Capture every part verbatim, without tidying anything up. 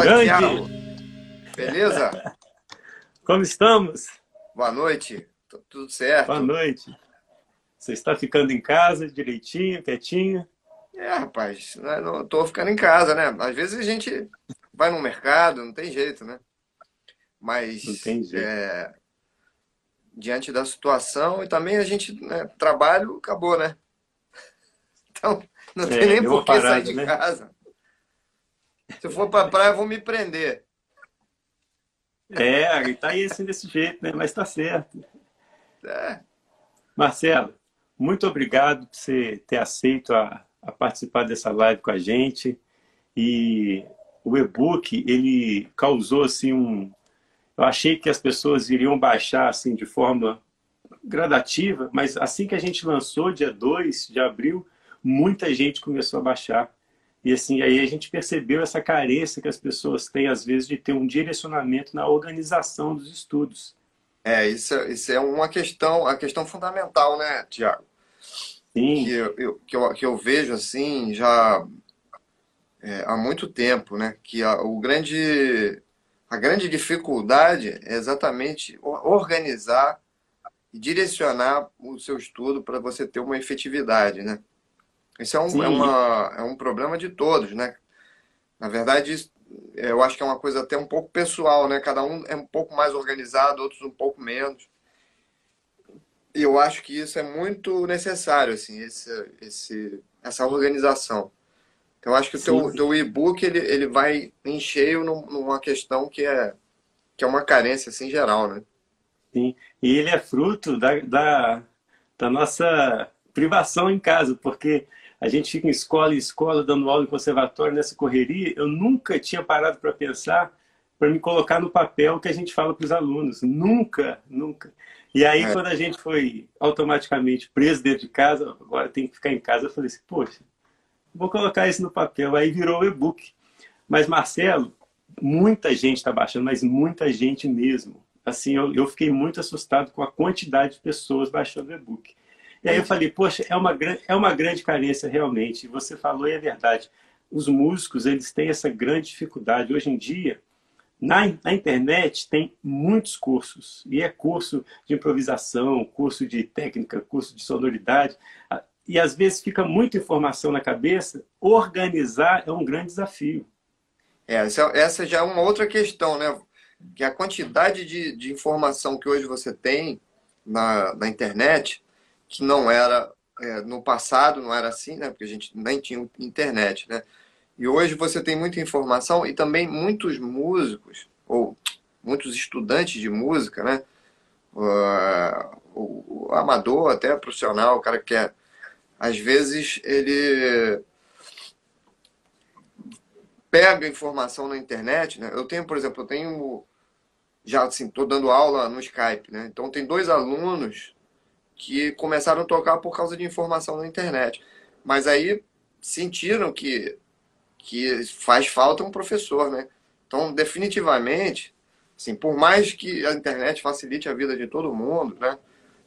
Fala, Thiago. Grande, Beleza? como estamos? Boa noite. Tá tudo Boa certo? noite. Você está ficando em casa direitinho, quietinho? É, rapaz, né, não tô ficando em casa, né? Às vezes a gente vai no mercado, não tem jeito, né? Não Mas tem jeito. é, diante da situação e também a gente, né, trabalho, acabou, né? Então não tem É, nem deu por uma que sair parada, de né? casa. Se eu for pra praia, vão me prender. É, e tá aí assim desse jeito, né? Mas tá certo. É, Marcelo, muito obrigado por você ter aceito a, a participar dessa live com a gente. E o e-book, ele causou assim um... Eu achei que as pessoas iriam baixar assim de forma gradativa, mas assim que a gente lançou, dia dois de abril, muita gente começou a baixar. E assim, aí a gente percebeu essa carência que as pessoas têm, às vezes, de ter um direcionamento na organização dos estudos. é isso, isso é uma questão, a questão fundamental, né, Thiago? Que Sim, eu, eu- que eu, que eu vejo assim já é, há muito tempo, né? Que a, o grande, a grande dificuldade é exatamente o- organizar e direcionar o seu estudo para você ter uma efetividade, né? Isso é um, é sim, uma, é um problema de todos, né? Na verdade, isso, é, eu acho que é uma coisa até um pouco pessoal, né? Cada um é um pouco mais organizado, outros um pouco menos. E eu acho que isso é muito necessário, assim, esse, esse, essa organização. Então, eu acho que o teu, sim, teu e-book ele, ele vai em cheio num- numa questão que é, que é uma carência assim, geral, né? sim. E ele é fruto da, da, da nossa privação em casa, porque a gente fica em escola em escola, dando aula em conservatório, nessa correria. Eu nunca tinha parado para pensar, para me colocar no papel o que a gente fala para os alunos. Nunca, nunca. E aí, É, quando a gente foi automaticamente preso dentro de casa, agora tem que ficar em casa, eu falei assim, poxa, vou colocar isso no papel. Aí virou o e-book. Mas, Marcelo, muita gente está baixando, mas muita gente mesmo. Assim, eu, eu fiquei muito assustado com a quantidade de pessoas baixando o e-book. E aí eu entendi. falei, poxa, é uma, é uma grande carência realmente. Você falou e é verdade. Os músicos, eles têm essa grande dificuldade. Hoje em dia, na, na internet tem muitos cursos. E é curso de improvisação, curso de técnica, curso de sonoridade. E às vezes fica muita informação na cabeça. Organizar é um grande desafio. É, essa, essa já é uma outra questão, né? Que a quantidade de, de informação que hoje você tem na, na internet, que não era é, no passado, não era assim, né? Porque a gente nem tinha internet, né? E hoje você tem muita informação e também muitos músicos, ou muitos estudantes de música, né? Uh, o, o amador, até profissional, o cara que quer. Às vezes ele pega informação na internet, né? Eu tenho, por exemplo, eu tenho já assim, estou dando aula no Skype, né? Então tem dois alunos que começaram a tocar por causa de informação na internet, mas aí sentiram que que faz falta um professor, né? Então definitivamente, assim, por mais que a internet facilite a vida de todo mundo, né?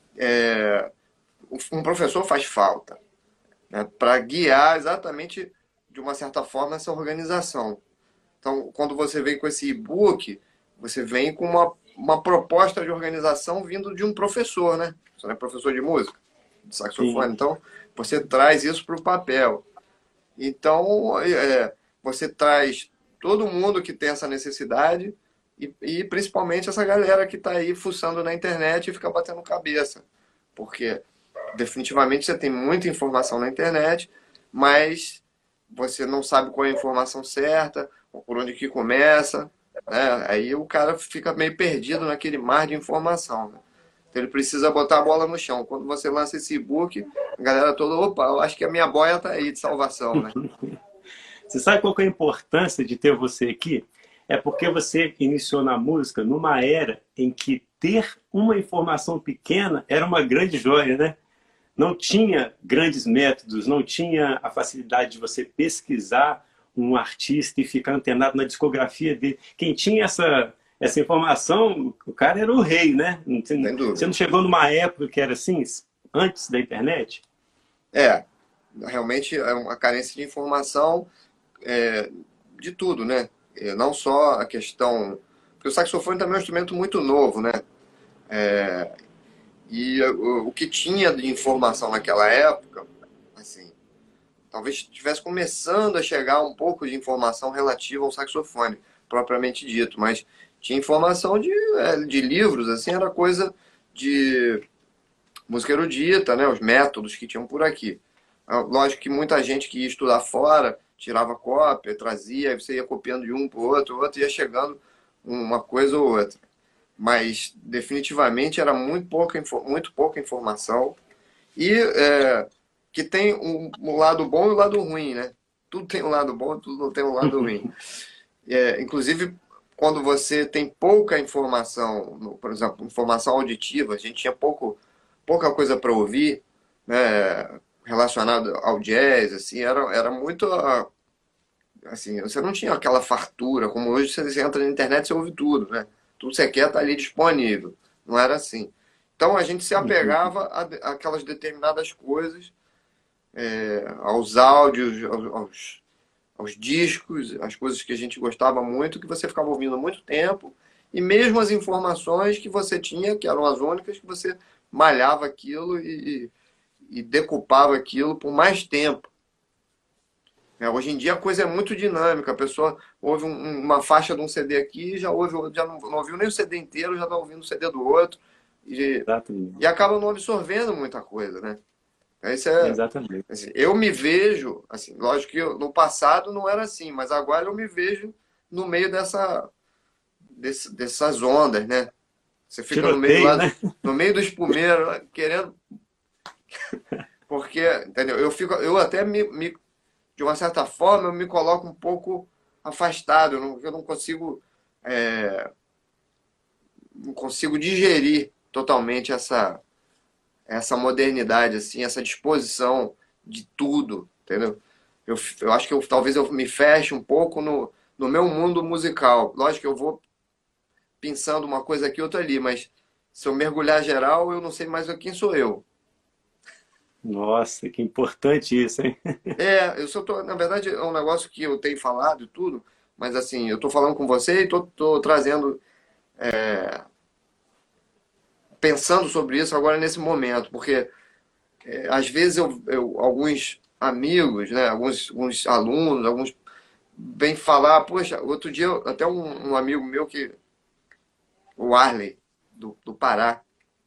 Um professor faz falta, né? Para guiar exatamente de uma certa forma essa organização. Então, quando você vem com esse e-book, você vem com uma, uma proposta de organização vindo de um professor, né? Você não é professor de música, de Sim, saxofone, então você traz isso para o papel. Então, é, você traz todo mundo que tem essa necessidade e, e principalmente essa galera que está aí fuçando na internet e fica batendo cabeça. Porque definitivamente você tem muita informação na internet, mas você não sabe qual é a informação certa, ou por onde que começa, né? Aí o cara fica meio perdido naquele mar de informação, né? Então ele precisa botar a bola no chão. Quando você lança esse e-book, a galera toda, opa, eu acho que a minha boia tá aí de salvação, né? você sabe qual que é a importância de ter você aqui? É porque você iniciou na música numa era em que ter uma informação pequena era uma grande joia, né? Não tinha grandes métodos, não tinha a facilidade de você pesquisar um artista e ficar antenado na discografia dele. Quem tinha essa, essa informação, o cara era o rei, né? Sem Você dúvida. não chegou numa época que era assim, antes da internet? É, realmente é uma carência de informação é, de tudo, né? E não só a questão... Porque o saxofone também é um instrumento muito novo, né? E o, o que tinha de informação naquela época, assim, talvez estivesse começando a chegar um pouco de informação relativa ao saxofone, propriamente dito, mas tinha informação de, é, de livros, assim, era coisa de música erudita, né? Os métodos que tinham por aqui. Ah, lógico que muita gente que ia estudar fora tirava cópia, trazia, aí você ia copiando de um para o outro, o outro ia chegando uma coisa ou outra. Mas definitivamente era muito pouca, muito pouca informação e é, que tem um, um lado bom e um lado ruim, né? Tudo tem um lado bom, tudo tem um lado ruim. É, inclusive, quando você tem pouca informação, no- por exemplo, informação auditiva, a gente tinha pouco, pouca coisa para ouvir, né, relacionado ao jazz, assim, era, era muito, ah, assim, você não tinha aquela fartura, como hoje você entra na internet e você ouve tudo, né? Tudo que você quer está ali disponível. Não era assim. Então a gente se apegava a, a aquelas determinadas coisas, é, aos áudios, aos, aos, aos discos, as coisas que a gente gostava muito, que você ficava ouvindo há muito tempo, e mesmo as informações que você tinha, que eram as únicas, que você malhava aquilo e, e decupava aquilo por mais tempo. É, hoje em dia a coisa é muito dinâmica. A pessoa ouve um- uma faixa de um C D aqui, já ouve, já não, não ouviu nem o C D inteiro, já está ouvindo o C D do outro. E, Exatamente. e acaba não absorvendo muita coisa, né? Isso é, Exatamente. assim, eu me vejo, assim, lógico que eu- no passado não era assim, mas agora eu me vejo no meio dessa, desse- dessas ondas, né? Você fica no meio Tiroteio, lá, né? no meio do espumeiro, querendo, porque, entendeu? Eu fico, eu até me, me de uma certa forma, eu me coloco um pouco afastado, eu não, eu não consigo, é, não consigo digerir totalmente essa, essa modernidade, assim, essa disposição de tudo, entendeu? Eu, eu acho que eu, talvez eu me feche um pouco no, no meu mundo musical. Lógico que eu vou pensando uma coisa aqui, outra ali, mas se eu mergulhar geral, eu não sei mais quem sou eu. Nossa, que importante isso, hein? É, eu só tô, na verdade, é um negócio que eu tenho falado e tudo, mas assim, eu tô falando com você e tô, tô trazendo, pensando sobre isso agora nesse momento, porque é, às vezes eu, eu- alguns amigos, né, alguns, alguns alunos, alguns vêm falar, poxa, outro dia até um, um amigo meu que, o Arley, do, do Pará,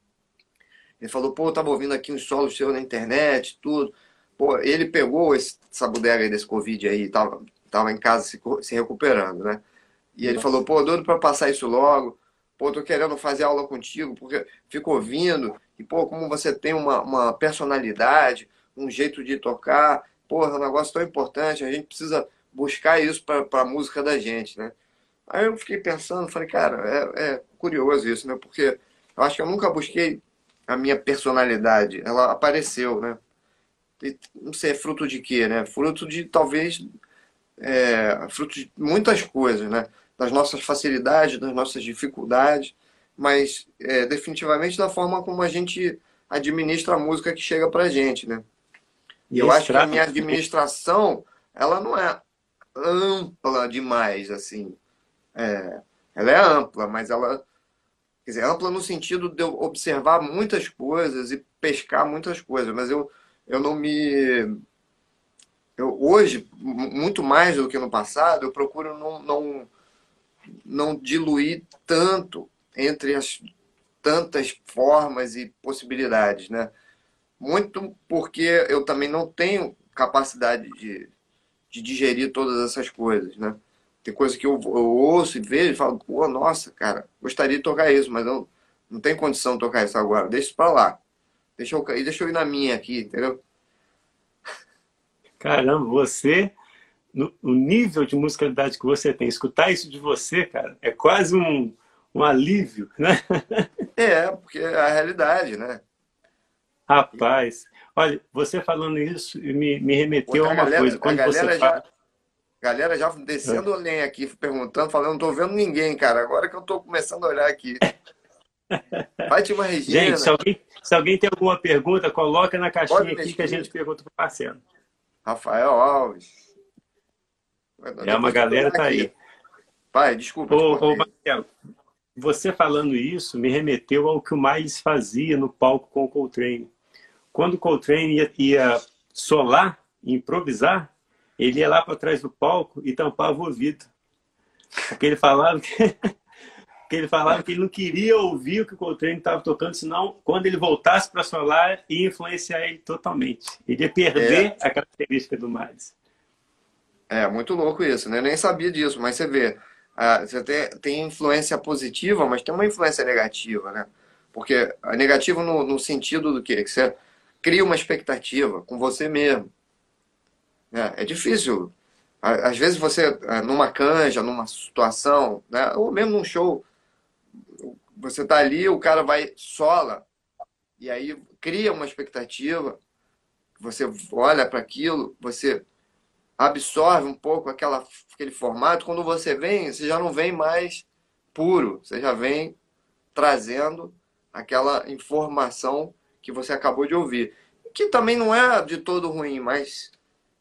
ele falou, pô, eu tava ouvindo aqui uns solos seus na internet, tudo. Pô, ele pegou esse, essa bodega aí desse Covid aí, tava, tava em casa se, se recuperando, né? E ele falou, pô, doido pra passar isso logo. Pô, tô querendo fazer aula contigo, porque fico ouvindo. E, pô, como você tem uma, uma personalidade, um jeito de tocar. Porra, é um negócio tão importante. A gente precisa buscar isso pra, pra música da gente, né? Aí eu fiquei pensando, falei, cara, é, é curioso isso, né? Porque eu acho que eu nunca busquei a minha personalidade. Ela apareceu, né? E, não sei, é fruto de quê, né? Fruto de, talvez, é, fruto de muitas coisas, né? Das nossas facilidades, das nossas dificuldades, mas é, definitivamente da forma como a gente administra a música que chega pra gente, né? E E eu acho que a extrato. minha administração, ela não é ampla demais, assim. Ela é ampla, mas ela, quer dizer, ampla no sentido de eu observar muitas coisas e pescar muitas coisas, mas eu, eu não me... Eu, hoje, muito mais do que no passado, eu procuro não, não não diluir tanto entre as tantas formas e possibilidades, né? Muito porque eu também não tenho capacidade de, de digerir todas essas coisas, né? Tem coisa que eu, eu ouço e vejo e falo, pô, nossa, cara, gostaria de tocar isso, mas eu não tenho condição de tocar isso agora. Deixa isso pra lá. Deixa eu, deixa eu ir na minha aqui, entendeu? Caramba, você, no, o nível de musicalidade que você tem, escutar isso de você, cara, é quase um, um alívio, né? É, porque é a realidade, né? Rapaz, olha, você falando isso me, me Pô, remeteu tá a a uma galera, coisa. a Quando você galera já, fala. galera já Ah, descendo o lenha aqui, perguntando, falando, não tô vendo ninguém, cara. Agora que eu tô começando a olhar aqui. Fátima gente, se Regina, alguém, se alguém tem alguma pergunta, coloca na caixinha Bob aqui que a gente Mesquita, pergunta para o Marcelo. Rafael Alves. É, uma Depois tem que galera olhar tá aqui. aí. Vai, desculpa, te Ô, ô, cortei. Marcelo, você falando isso me remeteu ao que o Miles fazia no palco com o Coltrane. Quando o Coltrane ia, ia solar, improvisar, ele ia lá para trás do palco e tampava o ouvido. Porque ele falava que, que ele falava que ele não queria ouvir o que o Coltrane estava tocando, senão quando ele voltasse para solar, ia influenciar ele totalmente. Ele ia É, perder a característica do Miles. é muito louco isso, né? Eu nem sabia disso, mas você vê, ah, você tem, tem influência positiva, mas tem uma influência negativa, né? Porque a negativa no, no sentido do quê? Que você cria uma expectativa com você mesmo, né? É difícil. À- Às vezes você, ah, numa canja, numa situação, né? Ou mesmo num show, você tá ali, o cara vai sola, e aí cria uma expectativa, você olha para aquilo, você absorve um pouco aquela, aquele formato. Quando você vem, você já não vem mais puro, você já vem trazendo aquela informação que você acabou de ouvir. Que também não é de todo ruim, mas,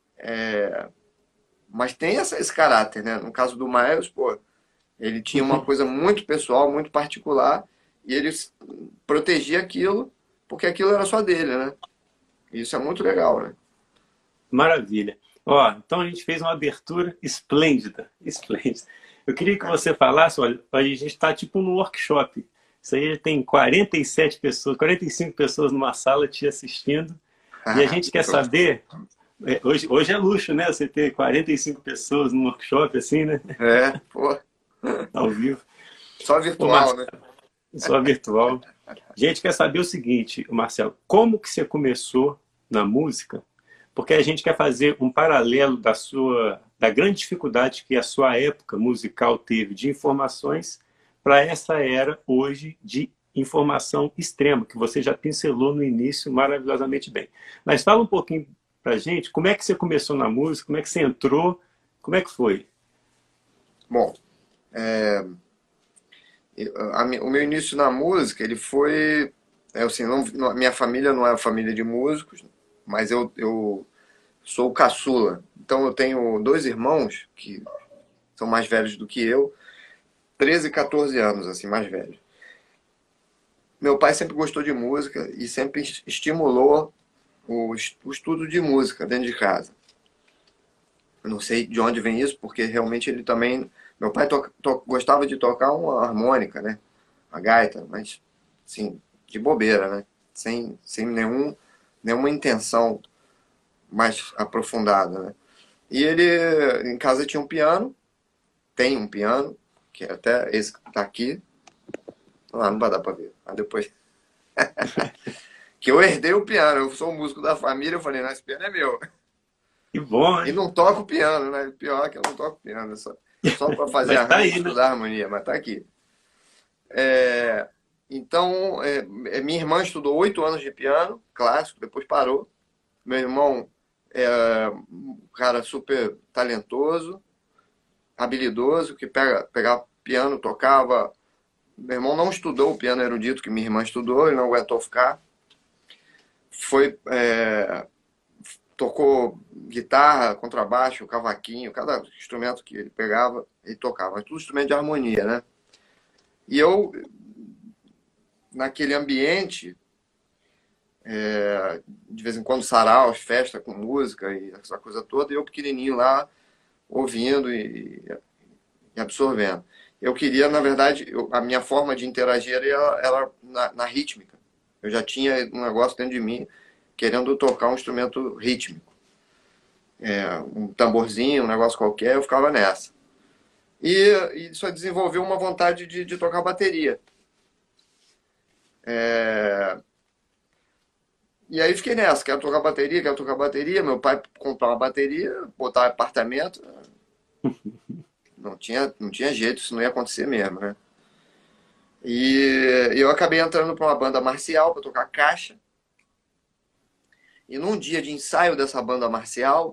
mas tem essa, esse caráter, né? No caso do Miles, pô, ele tinha uma coisa muito pessoal, muito particular, e ele protegia aquilo porque aquilo era só dele, né? Isso é muito legal, né? Maravilha. Ó, então a gente fez uma abertura esplêndida, esplêndida. Eu queria que você falasse, olha, a gente está tipo num workshop. Isso aí tem quarenta e sete pessoas, quarenta e cinco pessoas numa sala te assistindo. E a gente quer Show. saber, é, hoje, hoje é luxo, né? Você ter quarenta e cinco pessoas num workshop assim, né? É, pô, Ao vivo. só Ô, virtual, Marcelo, né? só virtual. A gente quer saber o seguinte, Marcelo, como que você começou na música? Porque a gente quer fazer um paralelo da sua, da grande dificuldade que a sua época musical teve de informações para essa era hoje de informação extrema, que você já pincelou no início maravilhosamente bem. Mas fala um pouquinho para a gente, como é que você começou na música, como é que você entrou, como é que foi? Bom, a mi- o meu início na música, ele foi, é assim, não, não- minha família não é família de músicos, mas eu, eu sou o caçula. Então eu tenho dois irmãos que são mais velhos do que eu, treze e quatorze anos, assim, mais velhos. Meu pai sempre gostou de música e sempre es- estimulou o, es- o estudo de música dentro de casa. Eu não sei de onde vem isso, porque realmente ele também. Meu pai to, to, gostava de tocar uma harmônica, né? Uma gaita, mas, sim, de bobeira, né? Sem, sem nenhum, nenhuma intenção mais aprofundada, né? E ele, em casa, tinha um piano, tem um piano, que é até esse que tá aqui. Ah, não vai dar pra ver. Mas depois. Que eu herdei o piano, eu sou o músico da família, eu falei, não, esse piano é meu. Que bom, E hein? não toco piano, né? Pior é que eu não toco piano, só, só para fazer Mas tá arranjo e aí, né? estudar harmonia, mas tá aqui. É, então, é, é, minha irmã estudou oito anos de piano, clássico, depois parou. Meu irmão é um cara super talentoso, habilidoso, que pega, pegava piano, tocava. Meu irmão não estudou o piano erudito que minha irmã estudou, ele não aguentou ficar. Foi, é, tocou guitarra, contrabaixo, cavaquinho, cada instrumento que ele pegava, ele tocava. Mas tudo instrumento de harmonia, né? E eu, naquele ambiente, de vez em quando saraus, festa com música e essa coisa toda, e eu pequenininho lá, ouvindo e, e absorvendo. Eu queria, na verdade, eu, a minha forma de interagir era, era na, na rítmica. Eu já tinha um negócio dentro de mim querendo tocar um instrumento rítmico. É, um tamborzinho, um negócio qualquer, eu ficava nessa. E, e só desenvolveu uma vontade de, de tocar bateria. É, e aí fiquei nessa, quero tocar bateria, quero tocar bateria. Meu pai comprar uma bateria, botar um apartamento, não tinha, não tinha jeito, isso não ia acontecer mesmo, né? E eu acabei entrando para uma banda marcial para tocar caixa. E num dia de ensaio dessa banda marcial,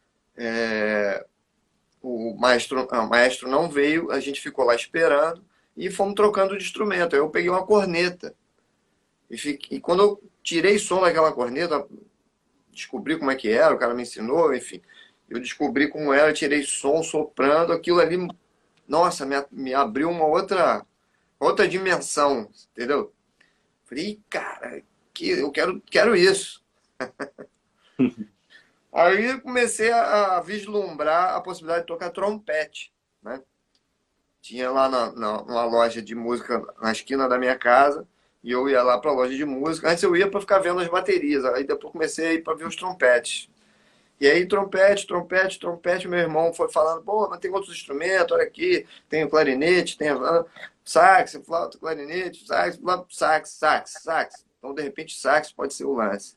o maestro, ah, o maestro não veio, a gente ficou lá esperando e fomos trocando de instrumento. Aí eu peguei uma corneta. E, fiquei, e quando eu tirei som daquela corneta, descobri como é que era, o cara me ensinou, enfim. Eu descobri como era, tirei som soprando, aquilo ali nossa, me, me abriu uma outra, outra dimensão, entendeu? Falei, cara, que, eu quero, quero isso. Aí eu comecei a, a vislumbrar a possibilidade de tocar trompete, né? Tinha lá na, na, numa loja de música na esquina da minha casa, e eu ia lá para a loja de música. Antes eu ia para ficar vendo as baterias, aí depois comecei a ir para ver os trompetes. E aí, trompete, trompete, trompete, meu irmão foi falando, pô, mas tem outros instrumentos, olha aqui, tem o clarinete, tem a sax, flauta, clarinete, sax, sax, sax, sax. Então, de repente, sax pode ser o lance.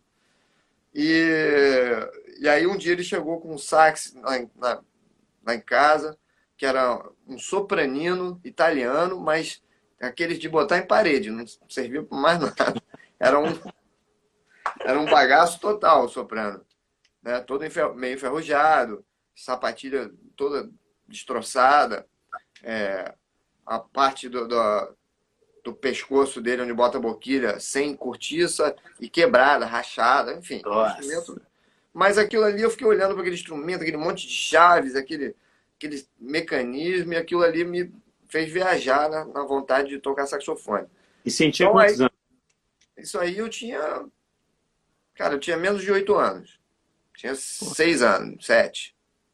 E, e aí, um dia ele chegou com um sax lá em, na, lá em casa, que era um sopranino italiano, mas aqueles de botar em parede, não servia para mais nada. Era um, era um bagaço total o soprano. Né, todo meio enferrujado, sapatilha toda destroçada, é, a parte do, do, do pescoço dele, onde bota a boquilha, sem cortiça e quebrada, rachada, enfim. Um instrumento. Mas aquilo ali, eu fiquei olhando para aquele instrumento, aquele monte de chaves, aquele, aquele mecanismo, e aquilo ali me fez viajar na, na vontade de tocar saxofone. E sentia então, quantos aí, anos? Isso aí eu tinha... Cara, eu tinha menos de oito anos. Tinha seis anos, sete.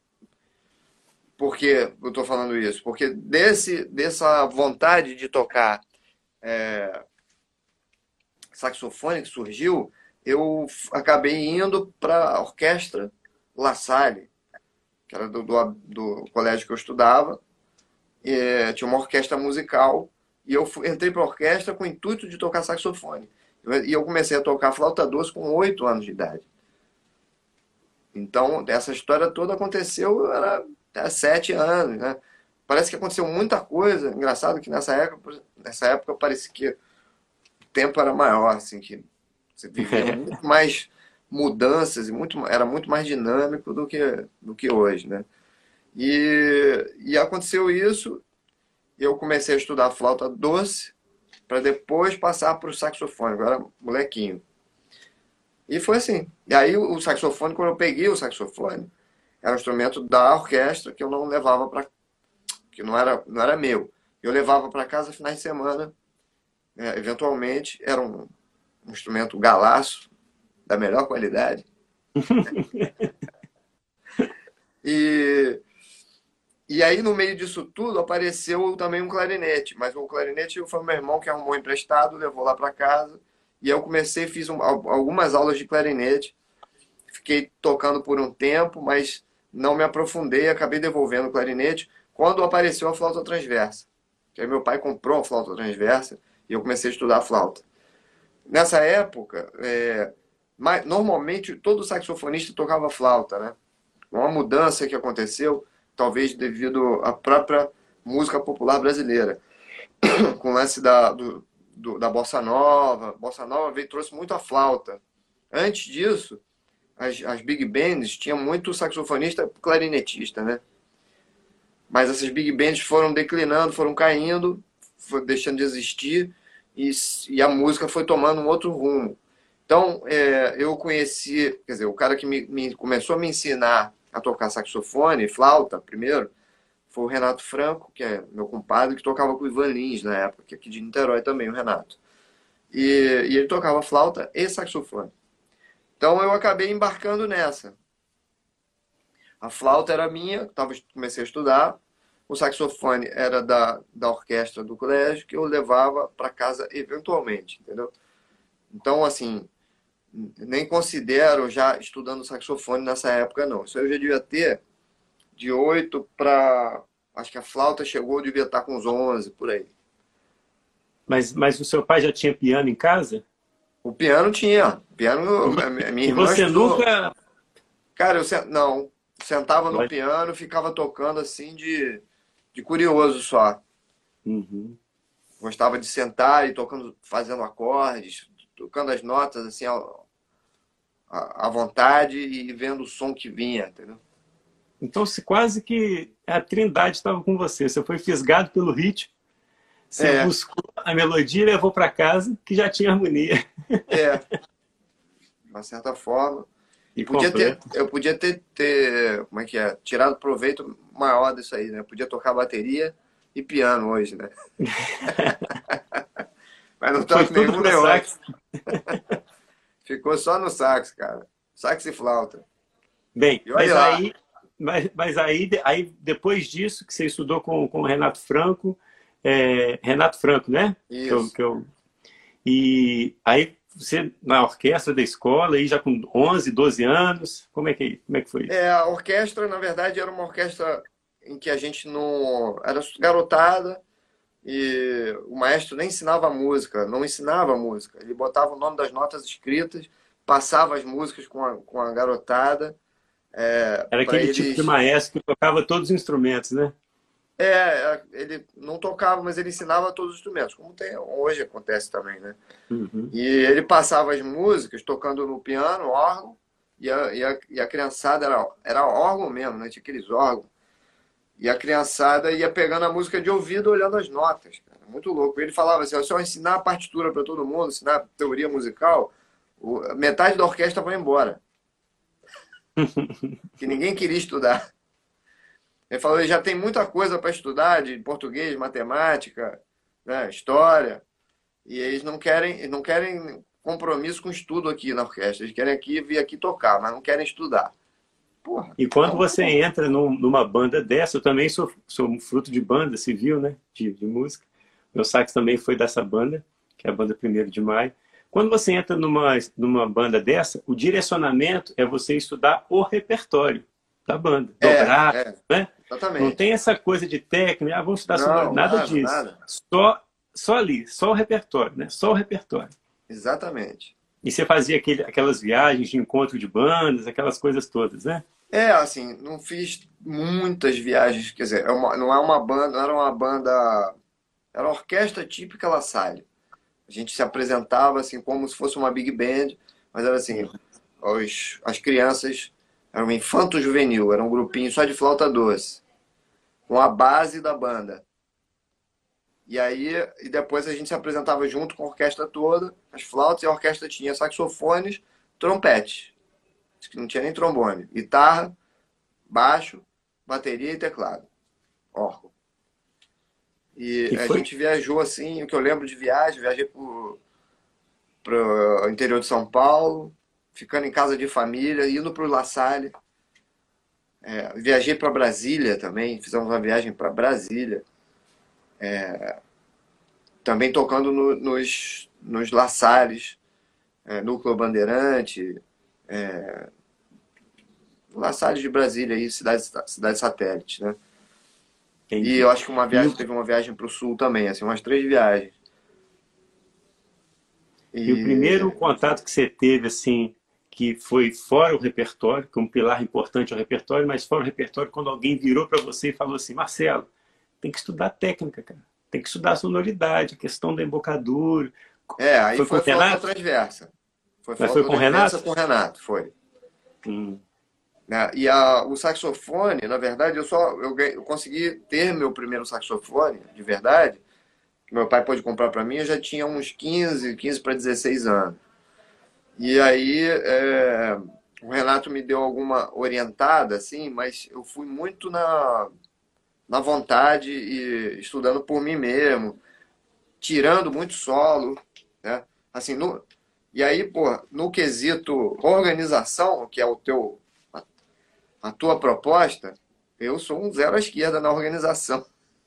Por que eu estou falando isso? Porque desse, dessa vontade de tocar é, saxofone que surgiu, eu acabei indo para a orquestra La Salle, que era do, do, do colégio que eu estudava. E, tinha uma orquestra musical e eu fui, entrei para a orquestra com o intuito de tocar saxofone. E eu comecei a tocar flauta doce com oito anos de idade. Então, essa história toda aconteceu, era, era sete anos, né? Parece que aconteceu muita coisa. Engraçado que nessa época, nessa época parecia que o tempo era maior, assim, que você vivia muito mais mudanças e muito, era muito mais dinâmico do que, do que hoje, né? E, e aconteceu isso, e eu comecei a estudar flauta doce para depois passar para o saxofone, agora molequinho. E foi assim. E aí o saxofone, quando eu peguei o saxofone, era um instrumento da orquestra que eu não levava para... que não era, não era meu. Eu levava para casa finais de semana. É, eventualmente, era um, um instrumento galaço, da melhor qualidade. e, e aí, no meio disso tudo, apareceu também um clarinete. Mas o clarinete foi o meu irmão que arrumou emprestado, levou lá para casa. E eu comecei, fiz um, algumas aulas de clarinete. Fiquei tocando por um tempo, mas não me aprofundei. Acabei devolvendo o clarinete quando apareceu a flauta transversa. Que aí meu pai comprou a flauta transversa e eu comecei a estudar a flauta. Nessa época, é, normalmente todo saxofonista tocava flauta, né? Uma mudança que aconteceu, talvez devido à própria música popular brasileira. Com o lance da... Do, Do, da Bossa Nova. Bossa Nova veio, trouxe muito a flauta. Antes disso, as, as big bands tinham muito saxofonista clarinetista, né? Mas essas big bands foram declinando, foram caindo, foi deixando de existir e, e a música foi tomando um outro rumo. Então, é, eu conheci, quer dizer, o cara que me, me começou a me ensinar a tocar saxofone, flauta, primeiro, foi o Renato Franco, que é meu compadre, que tocava com o Ivan Lins na época, que é aqui de Niterói também, o Renato. E, e ele tocava flauta e saxofone. Então eu acabei embarcando nessa. A flauta era minha, tava, comecei a estudar. O saxofone era da, da orquestra do colégio, que eu levava para casa eventualmente, entendeu? Então, assim, nem considero já estudando saxofone nessa época, não. Isso eu já devia ter de oito para... Acho que a flauta chegou, eu devia estar com uns onze, por aí. Mas, mas o seu pai já tinha piano em casa? O piano tinha. O piano, a minha E irmã você estudou. nunca... Cara, eu sen- não. Sentava no Olha. piano, ficava tocando assim de, de curioso só. Uhum. Gostava de sentar e tocando, fazendo acordes, tocando as notas assim à, à à vontade e vendo o som que vinha, entendeu? Então, se quase que a trindade estava com você. Você foi fisgado pelo ritmo, você É, buscou a melodia e levou para casa, que já tinha harmonia. é, de uma certa forma. E Podia ter, completo. eu podia ter, ter, como é que é, tirado proveito maior disso aí, né? Podia tocar bateria e piano hoje, né? Mas não Foi toco tudo nenhum pro nem outro. sax. Ficou só no sax, cara. Sax e flauta. Bem, E olha mas lá. aí, mas, mas aí, aí, depois disso, que você estudou com, com o Renato Franco, é, Renato Franco, né? Que eu, Isso. que eu, e aí você na orquestra da escola, aí já com onze, doze anos, como é que, como é que foi isso? É, a orquestra, na verdade, era uma orquestra em que a gente não. Era garotada e o maestro nem ensinava música, não ensinava música. Ele botava o nome das notas escritas, passava as músicas com a, com a garotada, é, Era para aquele tipo de eles. maestro que tocava todos os instrumentos, né? É, ele não tocava, mas ele ensinava todos os instrumentos, como tem, hoje acontece também, né? Uhum. E ele passava as músicas tocando no piano, órgão, e a, e a, e a criançada era, era órgão mesmo, né? Tinha aqueles órgãos. E a criançada ia pegando a música de ouvido, olhando as notas, cara. Muito louco. Ele falava assim: se eu ensinar a partitura para todo mundo, ensinar teoria musical, o- metade da orquestra vai embora, que ninguém queria estudar. Ele falou: ele já tem muita coisa para estudar de português, matemática, né, história, e eles não querem, eles não querem compromisso com estudo aqui na orquestra. Eles querem aqui vir aqui tocar, mas não querem estudar. Porra, E quando então, você entra num- numa banda dessa, eu também sou, sou um fruto de banda civil, né? De, de música. Meu sax também foi dessa banda, que é a banda Primeiro de Maio. Quando você entra numa, numa banda dessa, o direcionamento é você estudar o repertório da banda, é, dobrar, é, né? Não tem exatamente. essa coisa de técnica, ah, vamos estudar sonoridade, Não, nada nada, disso. nada. Só, só ali, só o repertório, né? Só o repertório. Exatamente. E você fazia aquele, aquelas viagens de encontro de bandas, aquelas coisas todas, né? É, assim, não fiz muitas viagens, quer dizer, é uma- não é uma banda, não era uma banda, era uma orquestra típica La Salle. A gente se apresentava assim como se fosse uma big band, mas era assim, os, as crianças eram um infanto juvenil, era um grupinho só de flauta doce, com a base da banda. E aí, e depois a gente se apresentava junto com a orquestra toda, as flautas, e a orquestra tinha saxofones, trompetes, que não tinha nem trombone, guitarra, baixo, bateria e teclado, órgão. E E a foi, gente viajou assim, o que eu lembro de viagem, viajei para o interior de São Paulo, ficando em casa de família, indo para o La Salle. É, viajei para Brasília também, fizemos uma viagem para Brasília, também tocando no, nos, nos La Salles, é, Núcleo Bandeirante, La Salles de Brasília, aí, cidade, cidade satélite, né? E entendi. eu acho que uma E viagem, o, teve uma viagem para o sul também, assim, umas três viagens. e o primeiro E contato que você teve, assim, que foi fora o repertório, que é um pilar importante ao repertório, mas fora o repertório, quando alguém virou para você e falou assim, Marcelo, tem que estudar técnica, cara. Tem que estudar sonoridade, a questão da embocadura. é, aí Foi com o foi flauta Renato? transversa. Foi Mas foi flauta com o transversa Renato? com o Renato, foi. Hum, Né? E a, o saxofone, na verdade, eu só eu, ganhei- eu consegui ter meu primeiro saxofone, de verdade, que meu pai pôde comprar para mim, eu já tinha uns quinze quinze para dezesseis anos. E aí é, o Renato me deu alguma orientada, assim, mas eu fui muito na, na vontade e estudando por mim mesmo, tirando muito solo, né? Assim, no, e aí, pô, no quesito organização, que é o teu, a, a tua proposta, eu sou um zero à esquerda na organização.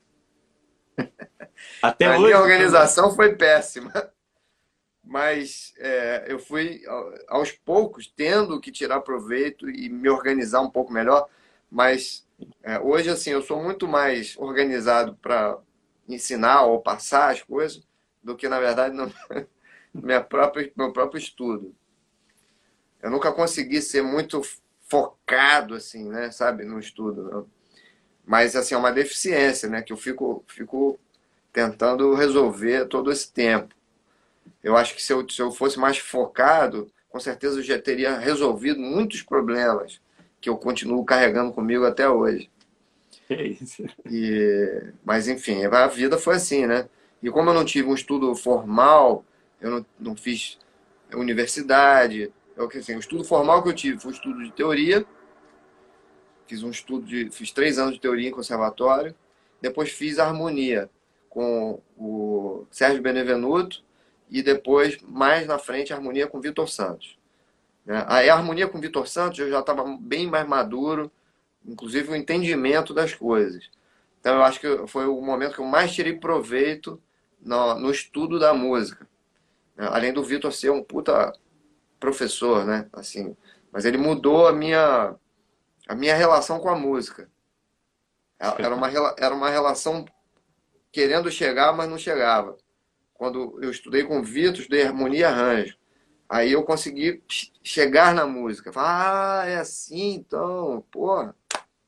até A minha hoje, também. organização foi péssima, mas é, eu fui aos poucos tendo que tirar proveito e me organizar um pouco melhor. Mas é, hoje, assim, eu sou muito mais organizado para ensinar ou passar as coisas do que, na verdade, no minha própria, meu próprio estudo. Eu nunca consegui ser muito focado, assim, né, sabe, no estudo. Não. Mas, assim, é uma deficiência, né, que eu fico, fico tentando resolver todo esse tempo. Eu acho que se eu, se eu fosse mais focado, com certeza eu já teria resolvido muitos problemas que eu continuo carregando comigo até hoje. É isso. E, mas enfim, a vida foi assim, né? E como eu não tive um estudo formal, eu não, não fiz universidade, eu, assim, o estudo formal que eu tive foi um estudo de teoria, fiz um estudo de, fiz três anos de teoria em conservatório, depois fiz harmonia com o Sérgio Benevenuto e depois, mais na frente, harmonia com Vitor Santos. Né? Aí a harmonia com Vitor Santos eu já estava bem mais maduro, inclusive o entendimento das coisas. Então eu acho que foi o momento que eu mais tirei proveito no, no estudo da música. Né? Além do Vitor ser um puta professor, né? Assim, mas ele mudou a minha, a minha relação com a música. Era uma, era uma relação querendo chegar, mas não chegava. Quando eu estudei com o Vitor, estudei harmonia e arranjo. Aí eu consegui chegar na música. Falar, ah, é assim, então, porra.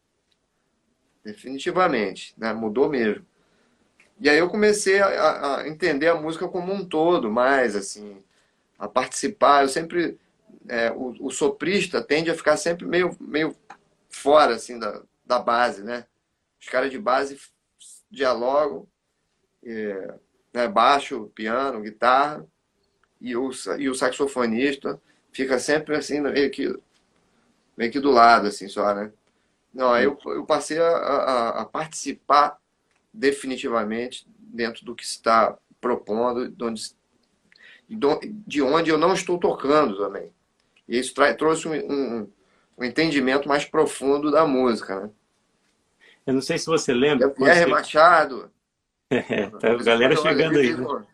Definitivamente, né? Mudou mesmo. E aí eu comecei a, a entender a música como um todo, mais assim, a participar. Eu sempre, é, o, o soprista tende a ficar sempre meio, meio fora assim da, da base, né? Os caras de base dialogam, é, né? Baixo, piano, guitarra, e o, e o saxofonista fica sempre assim meio que, meio que do lado, assim só, né? Não, aí eu, eu passei a, a, a participar definitivamente dentro do que se está propondo, de onde, de onde eu não estou tocando também. E isso trouxe um, um, um entendimento mais profundo da música, né? Eu não sei se você lembra, quando Pierre você... Machado. É, tá a De vez em galera quando eu olho chegando ali e aí, né? digo,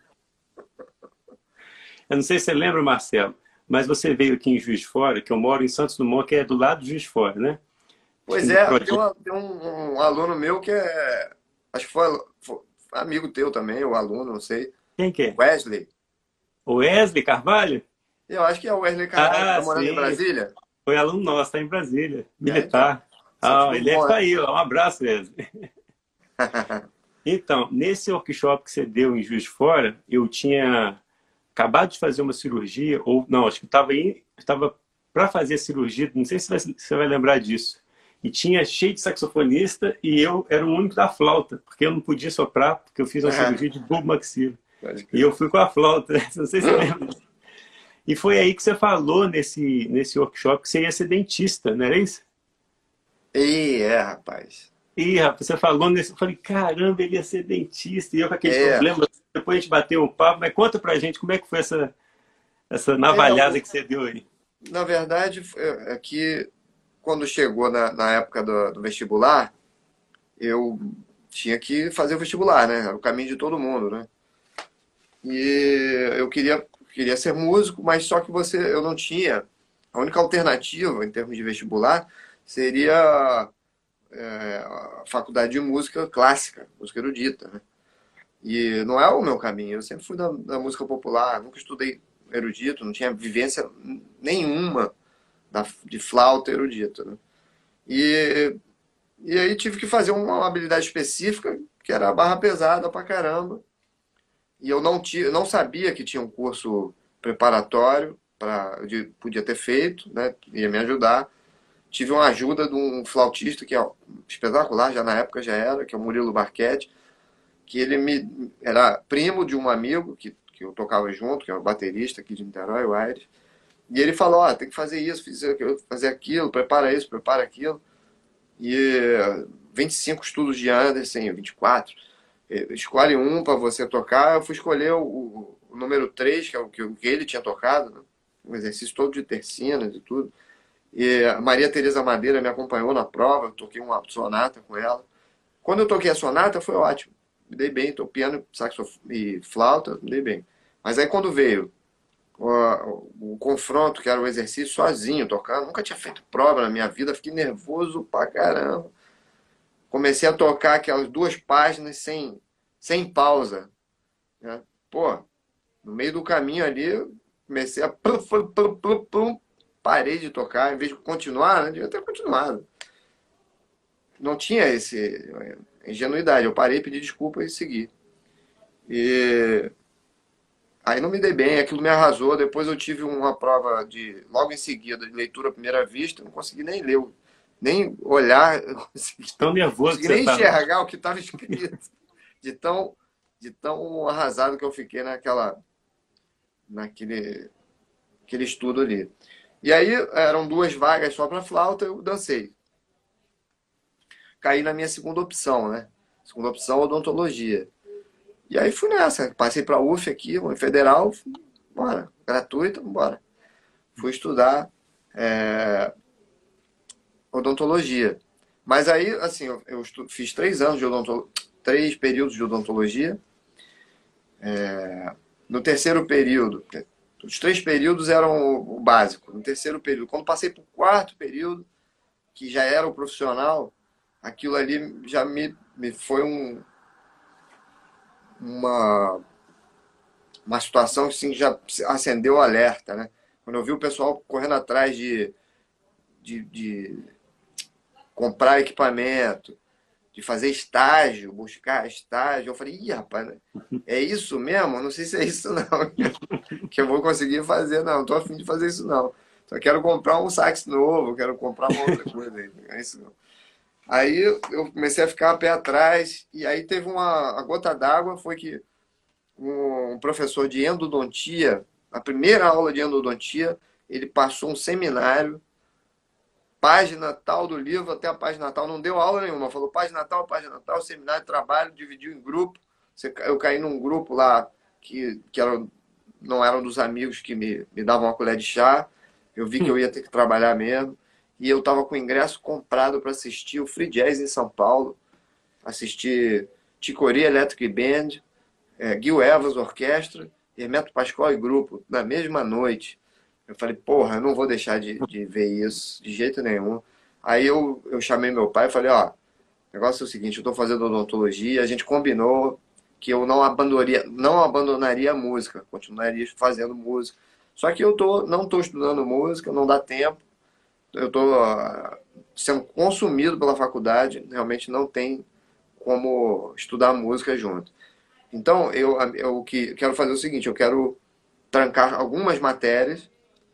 Eu não sei se você lembra, Marcelo, mas você veio aqui em Juiz de Fora, que eu moro em Santos Dumont, que é do lado de Juiz de Fora, né? Acho que pois no é, tem, projeto... uma, tem um, um aluno meu que é. Acho que foi, foi amigo teu também, o aluno, não sei. Quem que é? Wesley. O Wesley Carvalho? Eu acho que é o Wesley Carvalho que Ah, está morando em sim. Brasília. Foi aluno nosso, está em Brasília, É, então. militar. Santos Ah, ele deve Dumont, estar aí, ó. Um abraço, Wesley. né? Então, nesse workshop que você deu em Juiz de Fora, eu tinha acabado de fazer uma cirurgia, ou não, acho que estava aí, estava para fazer a cirurgia, não sei se você vai lembrar disso. E tinha cheio de saxofonista e eu era o único da flauta, porque eu não podia soprar, porque eu fiz uma cirurgia de bulbo maxilo. Pode E crer. eu fui com a flauta, não sei se você lembra. E foi aí que você falou nesse, nesse workshop que você ia ser dentista, não era isso? E é, rapaz. Ih, rapaz, você falou nesse. Eu falei, caramba, ele ia ser dentista. E eu com aquele É. problema. Depois a gente bateu um papo, mas conta pra gente como é que foi essa, essa É, navalhada o- que você deu aí. na verdade, é é que quando chegou na, na época do, do vestibular, eu tinha que fazer o vestibular, né? Era o caminho de todo mundo, né? E eu queria, queria ser músico, mas só que você, eu não tinha. A única alternativa em termos de vestibular seria é, a faculdade de música clássica, música erudita, né? E não é o meu caminho. Eu sempre fui da, da música popular, nunca estudei erudito, não tinha vivência nenhuma da, de flauta erudita, né? E, e aí tive que fazer uma habilidade específica, que era a barra pesada pra caramba. E eu não, tinha, não sabia que tinha um curso preparatório, pra, de, podia ter feito, né? Ia me ajudar. Tive uma ajuda de um flautista que é espetacular, já na época já era, que é o Murilo Barchetti, que ele me era primo de um amigo que, que eu tocava junto, que é o baterista aqui de Niterói, o Aires. E ele falou, ó, oh, tem que fazer isso, fazer aquilo, prepara isso, prepara aquilo. E vinte e cinco estudos de Anderson, vinte e quatro. Escolhe um para você tocar. Eu fui escolher o, o número três, que é o que, o que ele tinha tocado, né? Um exercício todo de tercinas e tudo. E a Maria Tereza Madeira me acompanhou na prova, eu toquei uma sonata com ela. Quando eu toquei a sonata, foi ótimo. Me dei bem, tô piano, saxofone e flauta, me dei bem. Mas aí quando veio o, o, o confronto, que era o exercício sozinho, tocando, nunca tinha feito prova na minha vida, fiquei nervoso pra caramba. Comecei a tocar aquelas duas páginas sem, sem pausa. Né? Pô, no meio do caminho ali, comecei a plum, plum, plum, plum, plum, parei de tocar, em vez de continuar, né? Devia ter continuado. Não tinha esse ingenuidade. Eu parei, pedi desculpa e segui. E aí não me dei bem, aquilo me arrasou. Depois eu tive uma prova de logo em seguida de leitura à primeira vista, não consegui nem ler, nem olhar, não consegui, Tão não nervoso que consegui você nem estava. enxergar o que estava escrito. De tão, de tão arrasado que eu fiquei naquela, naquele aquele estudo ali. E aí eram duas vagas só para flauta, eu dancei. Caí na minha segunda opção, né? Segunda opção, odontologia. E aí fui nessa. Passei para a U F aqui, uma federal, bora, gratuita, bora. Fui estudar é, odontologia. Mas aí, assim, eu, eu estu- fiz três anos de odontologia, três períodos de odontologia. No terceiro período, os três períodos eram o, o básico. No terceiro período, quando passei para o quarto período, que já era o profissional, aquilo ali já me, me foi um, uma, uma situação que assim, já acendeu o alerta, né? Quando eu vi o pessoal correndo atrás de, de, de comprar equipamento, de fazer estágio, buscar estágio, eu falei, ih, rapaz, né? É isso mesmo? Não sei se é isso não, que eu vou conseguir fazer, não. Não tô afim de fazer isso não. Só quero comprar um sax novo, quero comprar uma outra coisa. Aí, não é isso não. Aí eu comecei a ficar a pé atrás, e aí teve uma a gota d'água, foi que um professor de endodontia, a primeira aula de endodontia, ele passou um seminário, página tal do livro até a página tal, não deu aula nenhuma, falou página tal, página tal, seminário de trabalho, dividiu em grupo. Eu caí num grupo lá que, que era, não eram dos amigos que me, me davam uma colher de chá, eu vi que eu ia ter que trabalhar mesmo, e eu estava com o ingresso comprado para assistir o Free Jazz em São Paulo, assistir Ticoria Electric Band, é, Gil Evans Orquestra, Hermeto Pascoal e grupo, na mesma noite. Eu falei, porra, eu não vou deixar de, de ver isso, de jeito nenhum. Aí eu, eu chamei meu pai e falei, ó, o negócio é o seguinte, eu estou fazendo odontologia, a gente combinou que eu não abandonaria, não abandonaria a música, continuaria fazendo música. Só que eu tô, não estou estudando música, não dá tempo, eu estou sendo consumido pela faculdade, realmente não tem como estudar música junto. Então, eu, eu que, quero fazer o seguinte, eu quero trancar algumas matérias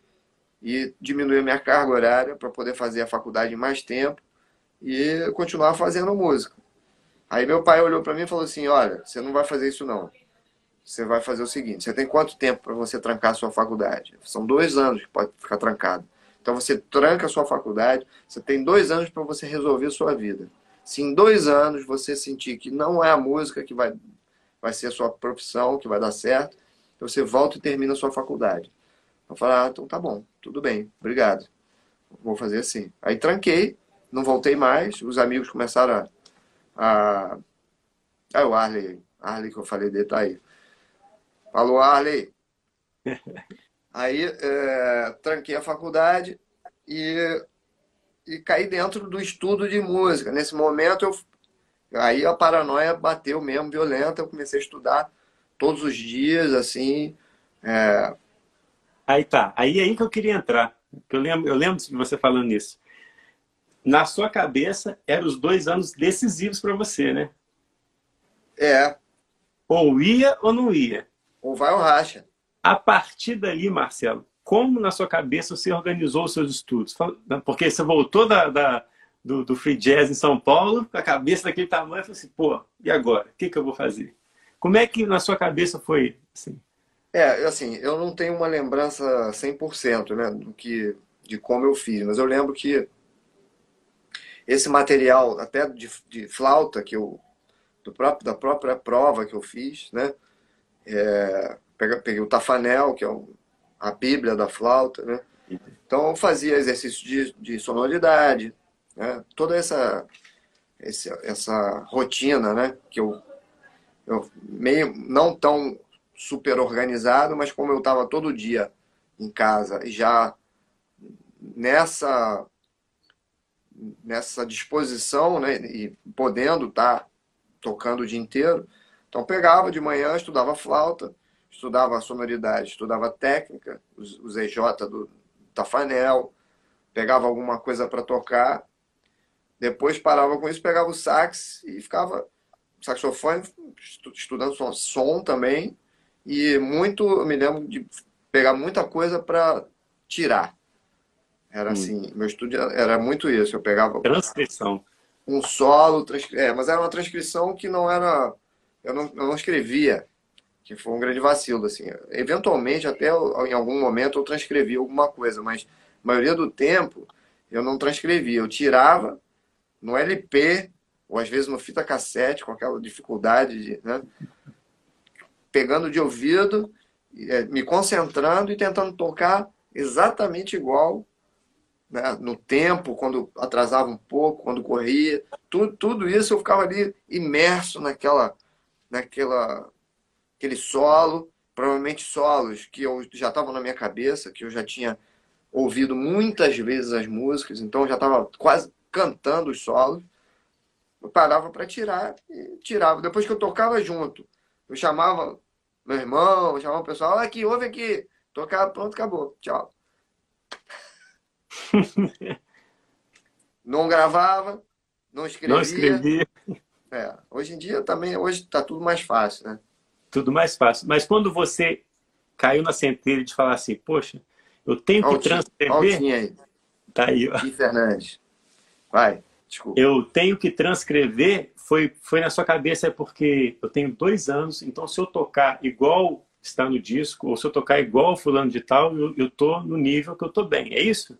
e diminuir a minha carga horária para poder fazer a faculdade em mais tempo e continuar fazendo música. Aí meu pai olhou para mim e falou assim, olha, você não vai fazer isso não. Você vai fazer o seguinte, você tem quanto tempo para você trancar a sua faculdade? São dois anos que pode ficar trancado. Então você tranca a sua faculdade, você tem dois anos para você resolver a sua vida. Se em dois anos você sentir que não é a música que vai, vai ser a sua profissão, que vai dar certo, você volta e termina a sua faculdade. Eu falei, ah, então tá bom, tudo bem, obrigado. Vou fazer assim. Aí tranquei, não voltei mais, os amigos começaram a... a... Aí o Arley, Arley que eu falei dele tá aí. Falou, Arley. Aí é, tranquei a faculdade e, e caí dentro do estudo de música. Nesse momento, eu, aí a paranoia bateu mesmo, violenta. Eu comecei a estudar todos os dias, assim. É, Aí tá, aí é aí que eu queria entrar. Eu lembro, eu lembro de você falando isso. Na sua cabeça, eram os dois anos decisivos para você, né? é, Ou ia ou não ia. ou vai ou racha. A partir dali, Marcelo, como na sua cabeça você organizou os seus estudos? Porque você voltou da, da- do, do Free Jazz em São Paulo, com a cabeça daquele tamanho, e falou assim, pô, e agora? O que, que eu vou fazer? Como é que na sua cabeça foi assim? É, assim, eu não tenho uma lembrança cem por cento, né, do que, de como eu fiz, mas eu lembro que esse material, até de, de flauta, que eu, do próprio, da própria prova que eu fiz, né, peguei, peguei o tafanel, que é um- a bíblia da flauta, né, então eu fazia exercício de, de sonoridade, né, toda essa, esse, essa rotina, né, que eu, eu meio, não tão super organizado, mas como eu estava todo dia em casa e já nessa nessa disposição, né, e podendo estar tocando o dia inteiro. Então pegava de manhã, estudava flauta, estudava sonoridade, estudava técnica, os, os E J do Tafanel, pegava alguma coisa para tocar, depois parava com isso, pegava o sax e ficava saxofone, estudando som, som também, e muito, eu me lembro de pegar muita coisa para tirar. Era Hum, assim, meu estudo era muito isso. Eu pegava transcrição. um solo, transcri- é, mas era uma transcrição que não era, eu não, eu não escrevia, que foi um grande vacilo, assim. Eventualmente, até eu- em algum momento, eu transcrevi alguma coisa, mas a maioria do tempo eu não transcrevia. Eu tirava no L P, ou às vezes no fita cassete, com aquela dificuldade de, né? Pegando de ouvido, é, me concentrando e tentando tocar exatamente igual, né? No tempo, quando atrasava um pouco, quando corria, tudo, tudo isso eu ficava ali imerso naquela, naquela, aquele solo, provavelmente solos que eu já estavam na minha cabeça, que eu já tinha ouvido muitas vezes as músicas, então eu já estava quase cantando os solos. Eu parava para tirar e tirava. Depois que eu tocava junto, eu chamava meu irmão, eu chamava o pessoal, olha aqui, ouve aqui. Tocava, pronto, acabou. Tchau. Não gravava, não Não escrevia. escrevi, É, hoje em dia também, hoje está tudo mais fácil, né? tudo mais fácil. Mas quando você caiu na centelha de falar assim, poxa, eu tenho que Altinho, transcrever, altinho aí. tá aí, ó. Ti Fernandes. Vai, desculpa. Eu tenho que transcrever, foi, foi na sua cabeça, é porque eu tenho dois anos, então se eu tocar igual está no disco, ou se eu tocar igual fulano de tal, eu, eu tô no nível que eu tô bem, é isso?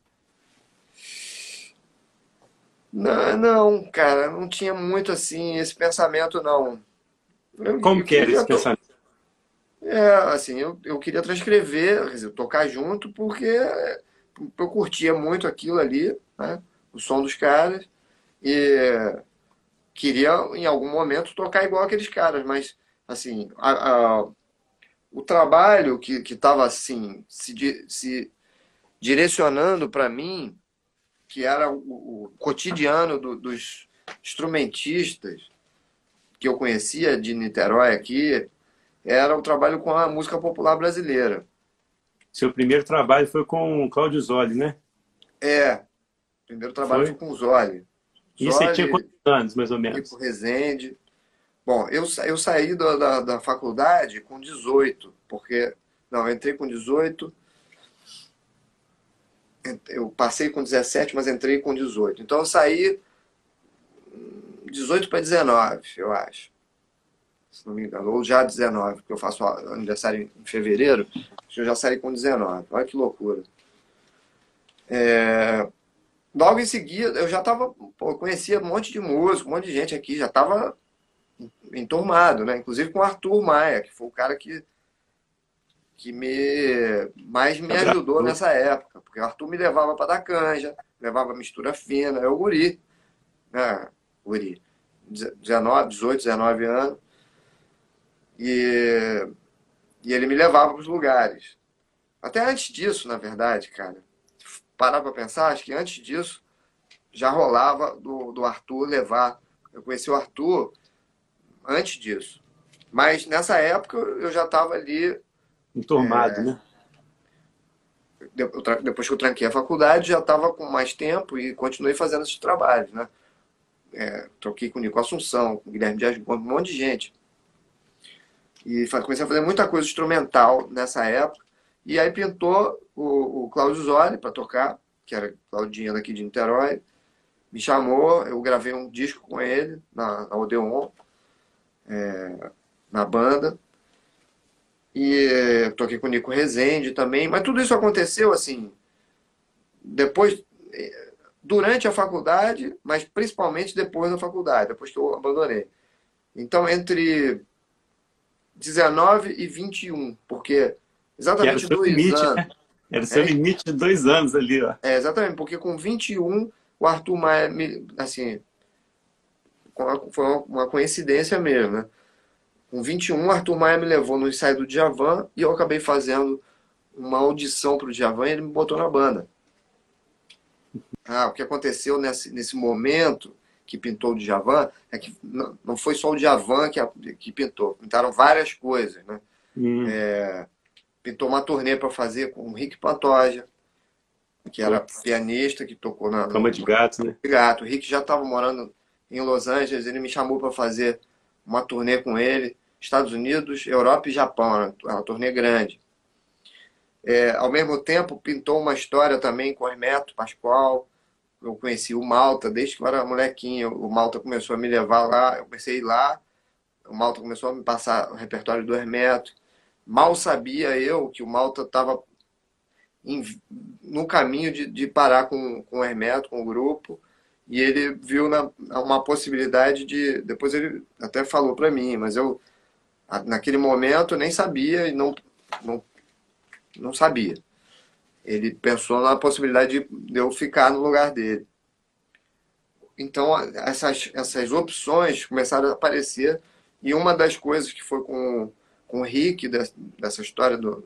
Não, não, cara, não tinha muito assim esse pensamento, não. Eu, Como eu que era esse queria, to- pensamento? é, assim, eu, eu queria transcrever, quer dizer, tocar junto, porque eu curtia muito aquilo ali, né? O som dos caras, e queria, em algum momento, tocar igual aqueles caras, mas, assim, a- a- o trabalho que que estava, assim, se, di- se direcionando para mim, que era o, o cotidiano do- dos instrumentistas que eu conhecia de Niterói aqui, era o trabalho com a música popular brasileira. Seu primeiro trabalho foi com o Cláudio Zoli, né? É, o primeiro trabalho foi Foi? com o Zoli. E você tinha quantos Zoli, anos, mais ou Rico menos? Rezende. Bom, eu, sa- eu saí da, da, da faculdade com dezoito, porque. Não, eu entrei com dezoito, eu passei com dezessete, mas entrei com dezoito. Então eu saí dezoito para dezenove, eu acho. Se não me engano, ou já dezenove, porque eu faço aniversário em fevereiro, eu já saí com dezenove. Olha que loucura. Logo em seguida, eu já estava, eu conhecia um monte de músico, um monte de gente aqui, já estava enturmado, né? Inclusive com o Arthur Maia, que foi o cara que, que me mais me ajudou Abraçou. nessa época, porque o Arthur me levava para dar canja, levava mistura fina, eu guri, né? Guri, dezenove, dezoito, dezenove anos, e, e ele me levava para os lugares. Até antes disso, na verdade, cara, parar para pensar, acho que antes disso já rolava do, do Arthur levar. Eu conheci o Arthur antes disso. Mas nessa época eu já estava ali, Enturmado, né? depois que eu tranquei a faculdade, já estava com mais tempo e continuei fazendo esses trabalhos, né? É, troquei com o Nico Assunção, com o Guilherme Dias Gomes, um monte de gente. E comecei a fazer muita coisa instrumental nessa época. E aí pintou o, o Cláudio Zoli para tocar, que era Claudinha daqui de Niterói. Me chamou, eu gravei um disco com ele na, na Odeon, na banda. E eh, toquei com o Nico Rezende também. Mas tudo isso aconteceu assim, depois, eh, durante a faculdade, mas principalmente depois da faculdade, depois que eu abandonei. Então, entre dezenove e vinte e um, porque Que era o exatamente seu dois limite, anos. né? Era o seu Hein? limite de dois anos ali, ó. É, exatamente, porque com vinte e um o Arthur Maia, me, assim, foi uma, uma coincidência mesmo, né? Com vinte e um, o Arthur Maia me levou no ensaio do Djavan e eu acabei fazendo uma audição para o Djavan e ele me botou na banda. Ah, o que aconteceu nesse, nesse momento que pintou o Djavan é que não, não foi só o Djavan que, que pintou, pintaram várias coisas, né? Hum, Pintou uma turnê para fazer com o Rick Pantoja, que era putz, pianista, que tocou na, cama no, de no gato, né? Gato. O Rick já estava morando em Los Angeles, ele me chamou para fazer uma turnê com ele, Estados Unidos, Europa e Japão, era uma turnê grande. É, ao mesmo tempo, pintou uma história também com o Hermeto Pascoal. Eu conheci o Malta desde que eu era molequinho. O Malta começou a me levar lá, eu comecei a ir lá. O Malta começou a me passar o repertório do Hermeto. Mal sabia eu que o Malta estava no caminho de, de parar com, com o Hermeto, com o grupo. e ele viu na, uma possibilidade de... Depois ele até falou para mim, mas eu, naquele momento, nem sabia e não, não, não sabia. Ele pensou na possibilidade de eu ficar no lugar dele. Então, essas, essas opções começaram a aparecer, e uma das coisas que foi com, com o Rick, dessa história do,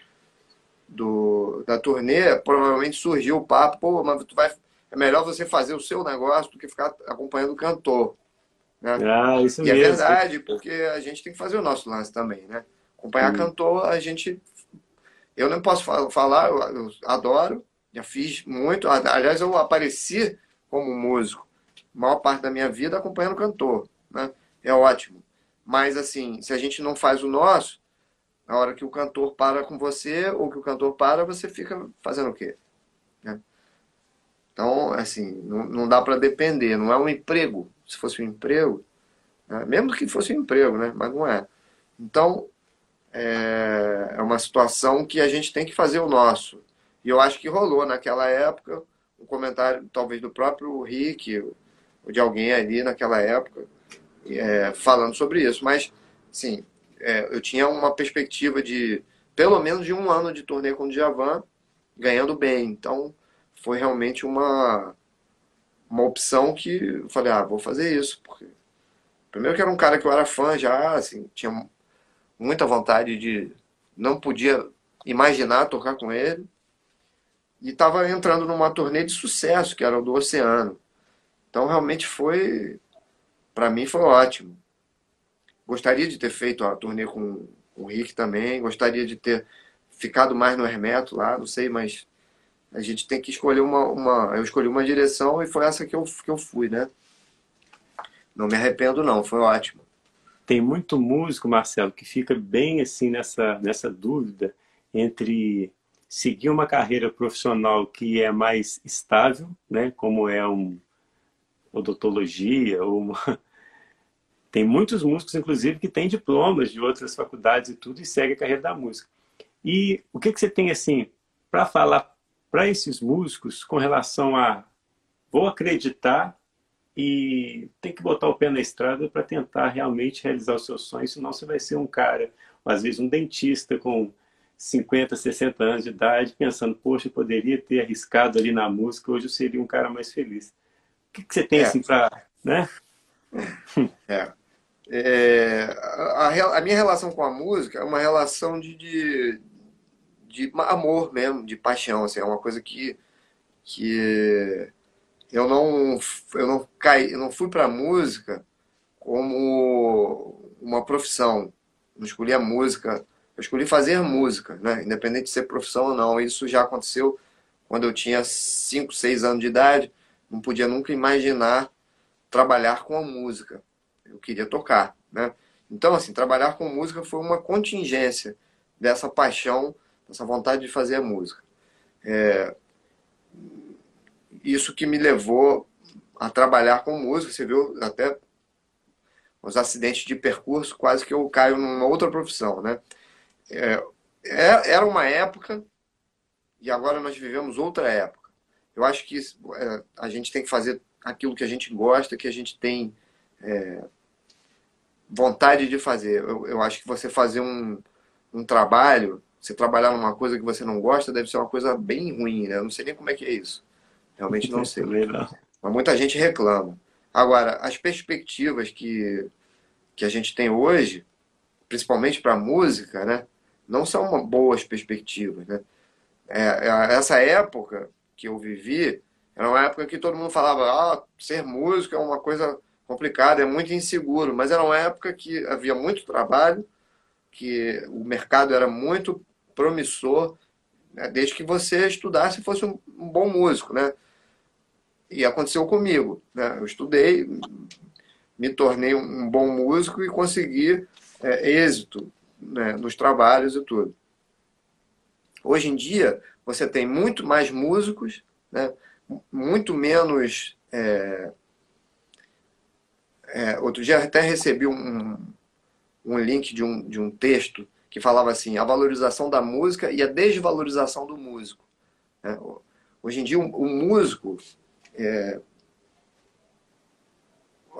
do, da turnê, provavelmente surgiu o papo, pô, mas tu vai, é melhor você fazer o seu negócio do que ficar acompanhando o cantor, né? Ah, isso E é mesmo. verdade, porque a gente tem que fazer o nosso lance também, né? Acompanhar Sim. cantor, a gente... Eu não posso falar, eu, eu adoro, já fiz muito, aliás, eu apareci como músico a maior parte da minha vida acompanhando cantor, né? É ótimo. Mas, assim, se a gente não faz o nosso, na hora que o cantor para com você, ou que o cantor para, você fica fazendo o quê? Né? Então, assim, não, não dá para depender, não é um emprego. Se fosse um emprego, né? Mesmo que fosse um emprego, né? Mas não é. Então, é, é uma situação que a gente tem que fazer o nosso. E eu acho que rolou naquela época um comentário, talvez do próprio Rick, ou de alguém ali naquela época, é, falando sobre isso. Mas, sim, é, eu tinha uma perspectiva de pelo menos de um ano de turnê com o Djavan, ganhando bem. Então, foi realmente uma, uma opção que eu falei, ah, vou fazer isso. Porque, primeiro que era um cara que eu era fã já, assim, tinha muita vontade de... Não podia imaginar tocar com ele. E estava entrando numa turnê de sucesso, que era o do Oceano. Então, realmente foi... Para mim foi ótimo. Gostaria de ter feito a turnê com o Rick também. Gostaria de ter ficado mais no Hermeto lá, não sei, mas a gente tem que escolher uma, uma... Eu escolhi uma direção e foi essa que eu, que eu fui, né? Não me arrependo, não. Foi ótimo. Tem muito músico, Marcelo, que fica bem assim nessa, nessa dúvida entre seguir uma carreira profissional que é mais estável, né, como é um odontologia ou uma... Tem muitos músicos, inclusive, que têm diplomas de outras faculdades e tudo e seguem a carreira da música. E o que, que você tem assim para falar para esses músicos com relação a vou acreditar e tem que botar o pé na estrada para tentar realmente realizar os seus sonhos, senão você vai ser um cara, ou às vezes um dentista com cinquenta, sessenta anos de idade, pensando, poxa, eu poderia ter arriscado ali na música, hoje eu seria um cara mais feliz. O que, que você tem É, assim para, né? é. É, a, a, a minha relação com a música é uma relação de, de, de amor mesmo, de paixão. Assim, é uma coisa que, que eu não, eu não caí, eu não fui para a música como uma profissão. Não escolhi a música, eu escolhi fazer música, né? Independente de ser profissão ou não. Isso já aconteceu quando eu tinha cinco seis anos de idade. Não podia nunca imaginar trabalhar com a música. Eu queria tocar, né? Então, assim, trabalhar com música foi uma contingência dessa paixão, dessa vontade de fazer a música. Isso que me levou a trabalhar com música. Você viu até os acidentes de percurso, quase que eu caio numa outra profissão, né? É, é, era uma época e agora nós vivemos outra época. Eu acho que é, a gente tem que fazer aquilo que a gente gosta, que a gente tem é, vontade de fazer. Eu, eu acho que você fazer um, um trabalho, você trabalhar numa coisa que você não gosta, deve ser uma coisa bem ruim, né? Eu não sei nem como é que é isso. Realmente não sei. Também não. Mas muita gente reclama. Agora, as perspectivas que, que a gente tem hoje, principalmente para a música, né, não são uma boas perspectivas, né? É, é, essa época que eu vivi era uma época que todo mundo falava, ah, ser músico é uma coisa complicada, é muito inseguro, mas era uma época que havia muito trabalho, que o mercado era muito promissor, né, desde que você estudasse e fosse um, um bom músico, né? E aconteceu comigo, né? Eu estudei, me tornei um bom músico e consegui é, êxito, né, nos trabalhos e tudo. Hoje em dia, você tem muito mais músicos, né, muito menos... É, é, outro dia até recebi um, um link de um, de um texto que falava assim, a valorização da música e a desvalorização do músico, né? Hoje em dia, o um, um músico... É,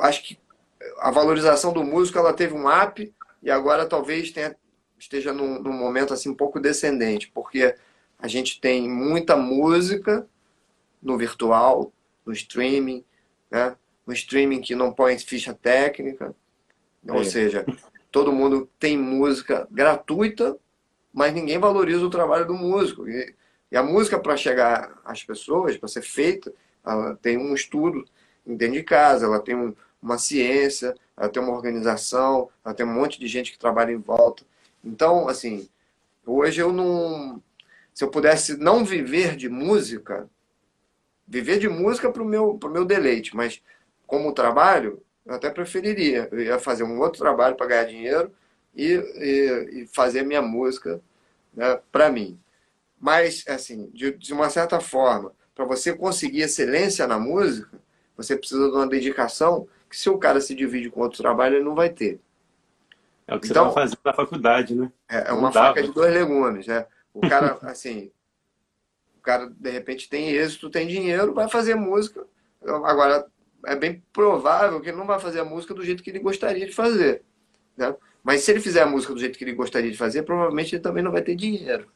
acho que a valorização do músico ela teve um up e agora talvez tenha, esteja num, num momento assim um pouco descendente, porque a gente tem muita música no virtual, no streaming, né? No streaming que não põe ficha técnica, ou É, seja, todo mundo tem música gratuita, mas ninguém valoriza o trabalho do músico. E, e a música, para chegar às pessoas, para ser feita, ela tem um estudo dentro de casa, ela tem um, uma ciência, ela tem uma organização, ela tem um monte de gente que trabalha em volta. Então, assim, hoje eu não. Se eu pudesse não viver de música, viver de música para o meu, pro meu deleite, mas como trabalho, eu até preferiria. Eu ia fazer um outro trabalho para ganhar dinheiro e, e, e fazer minha música, né, para mim. Mas, assim, de, de uma certa forma, para você conseguir excelência na música, você precisa de uma dedicação que se o cara se divide com outro trabalho, ele não vai ter. é o que você estava Então, fazendo na faculdade, né? é é Não uma faca dava. de dois legumes, né? O cara, assim, o cara de repente tem êxito, tem dinheiro, vai fazer música. Agora, é bem provável que ele não vai fazer a música do jeito que ele gostaria de fazer, né? Mas se ele fizer a música do jeito que ele gostaria de fazer, provavelmente ele também não vai ter dinheiro.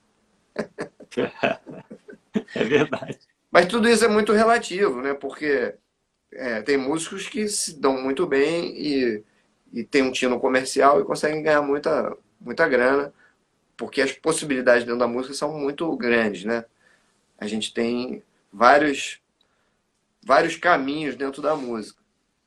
É verdade. Mas tudo isso é muito relativo, né? Porque é, tem músicos que se dão muito bem e, e tem um tino comercial e conseguem ganhar muita, muita grana, porque as possibilidades dentro da música são muito grandes, né? A gente tem vários, vários caminhos dentro da música.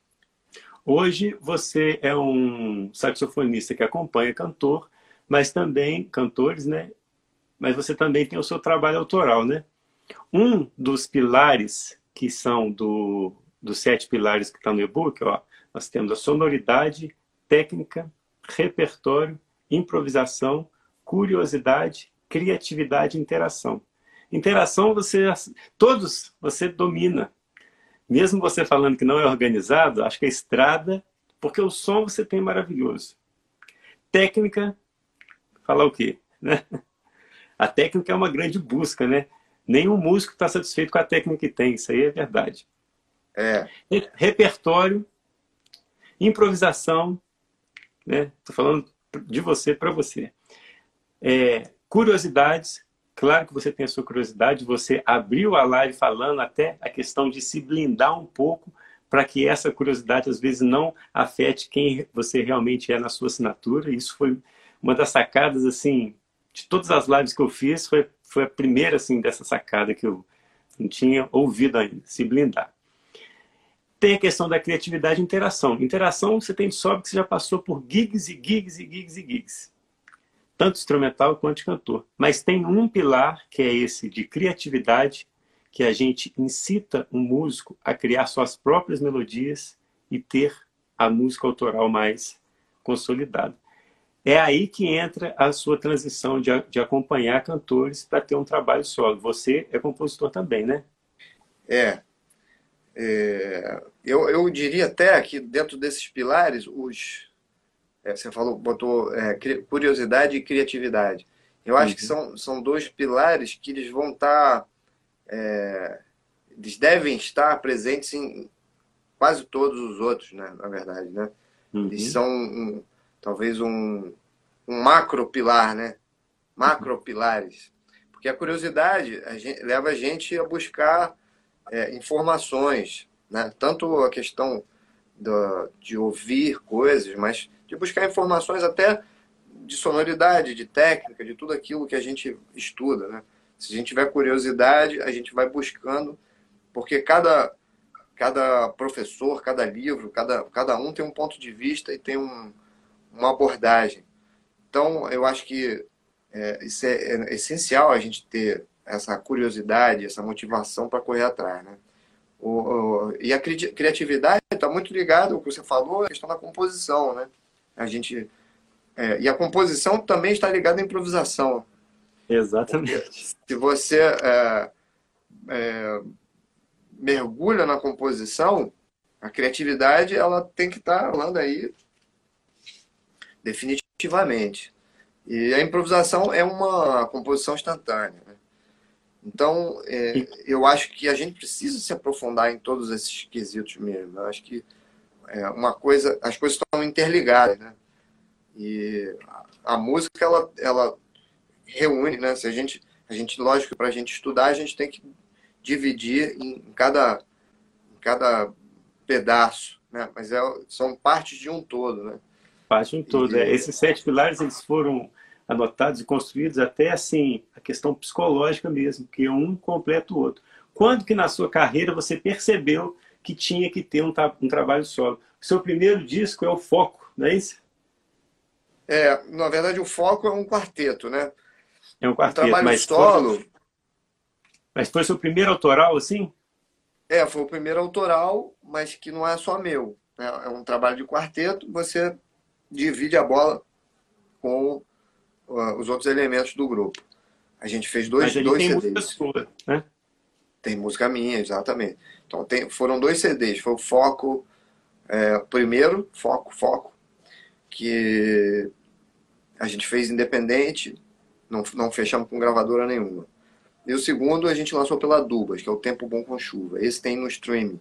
Hoje você é um saxofonista que acompanha cantor, mas também cantores, né? Mas você também tem o seu trabalho autoral, né? Um dos pilares que são do, dos sete pilares que estão no e-book, ó, nós temos a sonoridade, técnica, repertório, improvisação, curiosidade, criatividade e interação. Interação você todos você domina. Mesmo você falando que não é organizado, acho que é estrada, porque o som você tem maravilhoso. Técnica, falar o quê? Né? A técnica é uma grande busca, né? Nenhum músico está satisfeito com a técnica que tem, isso aí é verdade. É, Repertório, improvisação, né? Estou falando de você para você. É, curiosidades, claro que você tem a sua curiosidade, você abriu a live falando até a questão de se blindar um pouco para que essa curiosidade às vezes não afete quem você realmente é na sua assinatura. Isso foi uma das sacadas, assim, de todas as lives que eu fiz, foi, foi a primeira, assim, dessa sacada que eu não tinha ouvido ainda, se blindar. Tem a questão da criatividade e interação. Interação, você tem de sobra que você já passou por gigs e gigs e gigs e gigs. Tanto instrumental quanto de cantor. Mas tem um pilar, que é esse de criatividade, que a gente incita um músico a criar suas próprias melodias e ter a música autoral mais consolidada. É aí que entra a sua transição de, de acompanhar cantores para ter um trabalho solo. Você é compositor também, né? é. é eu, eu diria até que dentro desses pilares, os, é, você falou, botou é, curiosidade e criatividade. Eu acho que Uhum. são, são dois pilares que eles vão estar, é, eles devem estar presentes em quase todos os outros, né? Na verdade, né? Eles Uhum. são um, talvez um, um macro pilar, né? Macro pilares. Porque a curiosidade a gente, leva a gente a buscar é, informações, né? Tanto a questão do, de ouvir coisas, mas de buscar informações até de sonoridade, de técnica, de tudo aquilo que a gente estuda, né? Se a gente tiver curiosidade, a gente vai buscando, porque cada, cada professor, cada livro, cada, cada um tem um ponto de vista e tem um, uma abordagem. Então, eu acho que é, isso é, é essencial a gente ter essa curiosidade, essa motivação para correr atrás, né? O, o, e a criatividade está muito ligada ao que você falou, a questão da composição, né? A gente, é, e a composição também está ligada à improvisação, porque Exatamente. se você é, é, mergulha na composição, a criatividade ela tem que estar rolando aí definitivamente. E a improvisação é uma composição instantânea, né? Então, E, é, eu acho que a gente precisa se aprofundar em todos esses quesitos mesmo. Eu acho que é uma coisa, as coisas estão interligadas, né? E a, a música, ela, ela reúne, né? Se a gente, a gente, lógico, para a gente estudar, a gente tem que dividir em cada, em cada pedaço, né? Mas é, são partes de um todo, né? Parte em todo. É, E, esses sete pilares eles foram anotados e construídos até assim a questão psicológica mesmo, que um completa o outro. Quando que na sua carreira você percebeu que tinha que ter um, tra um trabalho solo? O seu primeiro disco é o Foco, não é isso? é, na verdade, o foco é um quarteto, né? É um O quarteto, trabalho mas foi, solo, mas foi seu primeiro autoral assim? é, foi o primeiro autoral, mas que não é só meu, né? É um trabalho de quarteto, você divide a bola com uh, os outros elementos do grupo. A gente fez Mas dois, ele dois tem música C Ds. sua, né? Tem música minha, exatamente. Então tem, foram dois C Ds. Foi o Foco, é, primeiro, Foco, Foco, que a gente fez independente, não, não fechamos com gravadora nenhuma. E o segundo a gente lançou pela Dubas, que é o Tempo Bom com Chuva. Esse tem no streaming.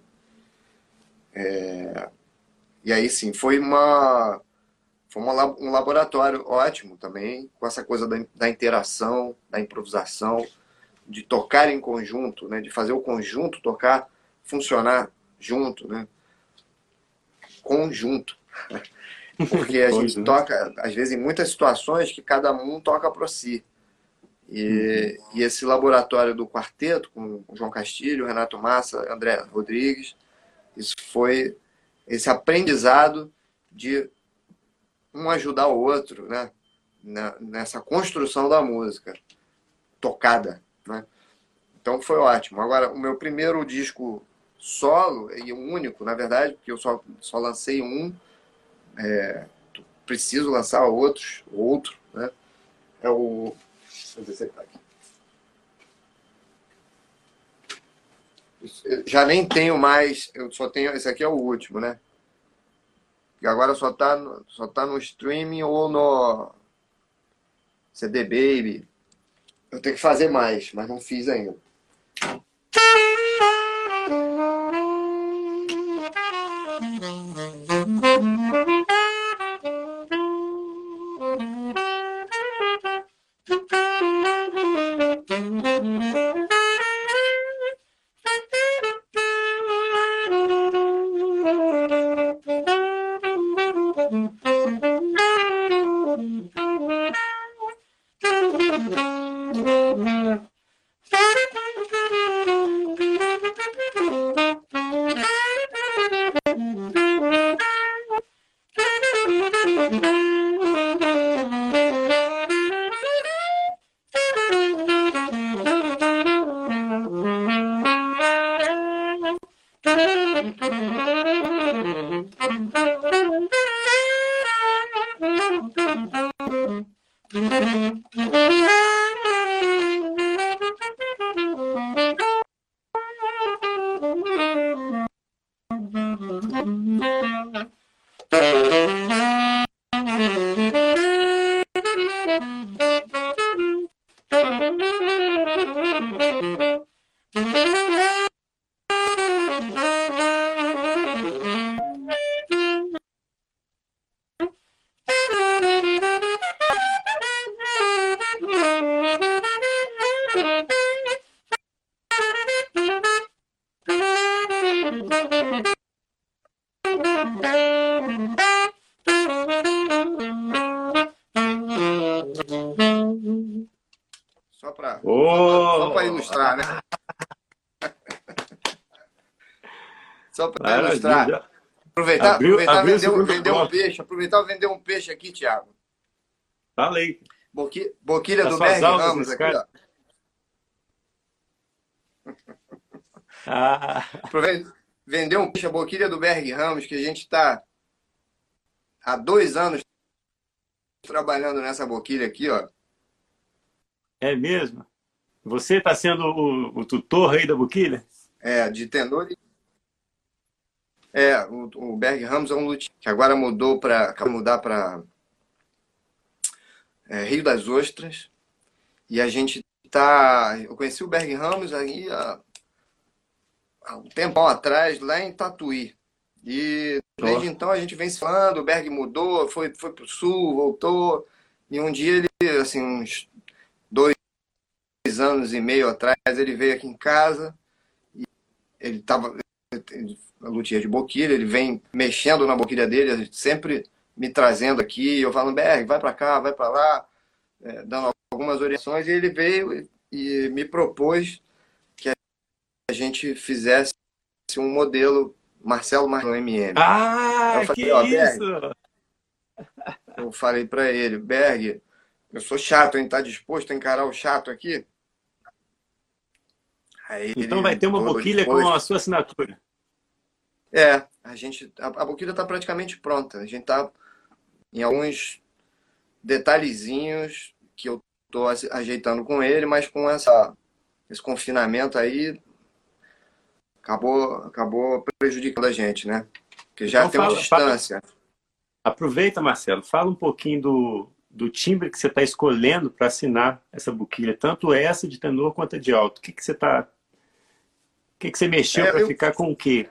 E aí sim, foi uma foi uma, um laboratório ótimo também, com essa coisa da, da interação, da improvisação, de tocar em conjunto, né? De fazer o conjunto tocar, funcionar junto, né? Conjunto. Porque a gente Conjunto. toca, às vezes, em muitas situações que cada um toca para si. Uhum. E, e esse laboratório do quarteto, com o João Castilho, Renato Massa, André Rodrigues, isso foi esse aprendizado de um ajudar o outro, né? Nessa construção da música tocada, né? Então foi ótimo. Agora, o meu primeiro disco solo, e o único, na verdade, porque eu só, só lancei um, preciso lançar outros, outro, né? É o. Deixa eu ver se ele tá aqui. Eu já nem tenho mais, eu só tenho. Esse aqui é o último, né? E agora só tá, no, só tá no streaming ou no C D Baby. Eu tenho que fazer mais, mas não fiz ainda. Só para só pra, só pra Oh, ilustrar, né? Só para ilustrar. maravilha. Aproveitar, Abriu, aproveitar abriu o vender, segundo vender um bloco. peixe. Aproveitar vender um peixe aqui, Thiago. Fala aí. Boqui, boquilha Das do suas Berg aulas Ramos nesse aqui, cara. ó. Ah, Aproveita, vender um peixe, a boquilha do Berg Ramos, que a gente está há dois anos trabalhando nessa boquilha aqui, ó. é mesmo? Você está sendo o, o tutor aí da boquilha? É, de tenor. É, o, o Berg Ramos é um luthier que agora mudou para mudar para é, Rio das Ostras. E a gente tá. Eu conheci o Berg Ramos aí há, há um tempão atrás, lá em Tatuí. E Ó. desde então a gente vem se falando, o Berg mudou, foi, foi pro sul, voltou. E um dia ele, assim, uns dois anos e meio atrás, ele veio aqui em casa. Ele estava a lutinha de boquilha, ele vem mexendo na boquilha dele, sempre me trazendo aqui, eu falo, Berg, vai para cá, vai para lá, é, dando algumas orientações, e ele veio e me propôs que a gente fizesse um modelo Marcelo Marlon M M. Aí eu Ah, que falei, ó, isso! Berg, eu falei para ele, Berg, eu sou chato, hein? Tá disposto a encarar o chato aqui? Aí Então vai ele, ter uma todo boquilha com a disposto. sua assinatura. É, a gente, a, a boquilha tá praticamente pronta. A gente tá em alguns detalhezinhos que eu tô ajeitando com ele, mas com essa, esse confinamento aí acabou, acabou prejudicando a gente, né? Porque já Então temos fala, fala, distância. aproveita, Marcelo, fala um pouquinho do, do timbre que você está escolhendo para assinar essa boquilha, tanto essa de tenor quanto a de alto. O que, que você tá, o que, que você mexeu É, para eu, ficar com o quê?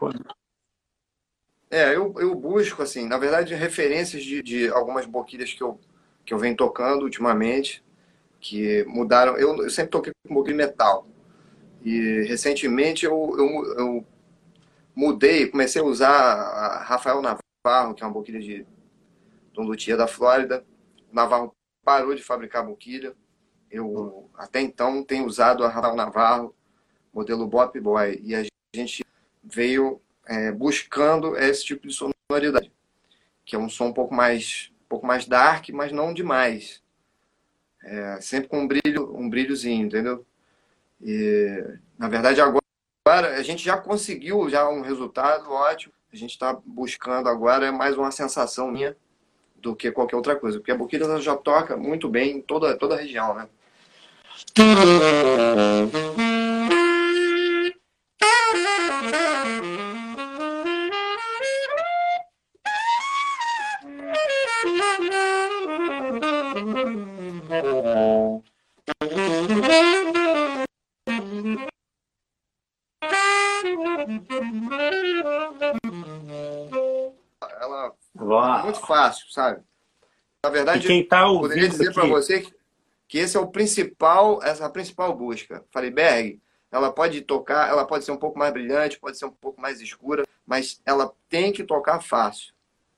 é, eu, eu busco, assim, na verdade, referências de, de algumas boquilhas que eu, que eu venho tocando ultimamente, que mudaram. Eu, eu sempre toquei com boquilha metal. E recentemente eu, eu, eu mudei, comecei a usar a Rafael Navarro, que é uma boquilha de, de um luthier da Flórida. O Navarro parou de fabricar boquilha. Eu até então tenho usado a Rafael Navarro, modelo Bop Boy, e a gente veio é, buscando esse tipo de sonoridade, que é um som um pouco mais, um pouco mais dark, mas não demais. É, sempre com um brilho, um brilhozinho, entendeu? E na verdade agora a gente já conseguiu já um resultado ótimo. A gente está buscando agora é mais uma sensação minha do que qualquer outra coisa, porque a boquilha já toca muito bem em toda toda a região, né? Ela é muito Uau! fácil, sabe? Na E verdade, quem está poderia ouvindo dizer para aqui, você que, que esse é o principal, essa é a principal busca. Falei, Berg, ela pode tocar, ela pode ser um pouco mais brilhante, pode ser um pouco mais escura, mas ela tem que tocar fácil.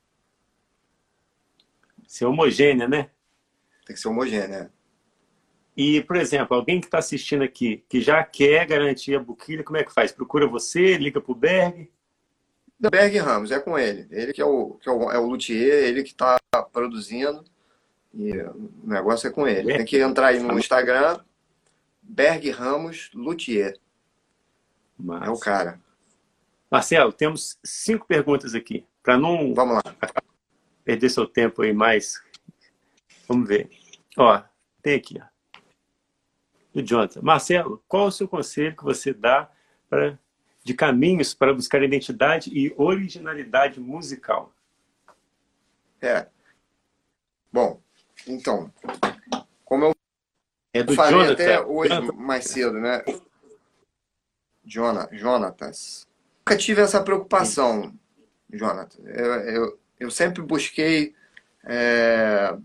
ser homogênea, né? Tem que ser homogênea. E, por exemplo, alguém que está assistindo aqui, que já quer garantir a boquilha, como é que faz? Procura você, liga para o Berg? Berg Ramos, é com ele. Ele que é o, que é o, é o luthier, ele que está produzindo. E o negócio é com ele. Tem que entrar aí no Instagram, Berg Ramos Luthier. É o Massa. cara. Marcelo, temos cinco perguntas aqui. Para não Vamos lá. perder seu tempo aí mais, vamos ver. Ó, tem aqui, ó. Do Jonathan. Marcelo, qual é o seu conselho que você dá para, de caminhos para buscar identidade e originalidade musical? É. Bom, então, como eu É do falei até Jonathan. hoje Jonathan. mais cedo, né? Jona, Jonatas. Nunca tive essa preocupação, Jonathan. Eu, eu, eu sempre busquei. É,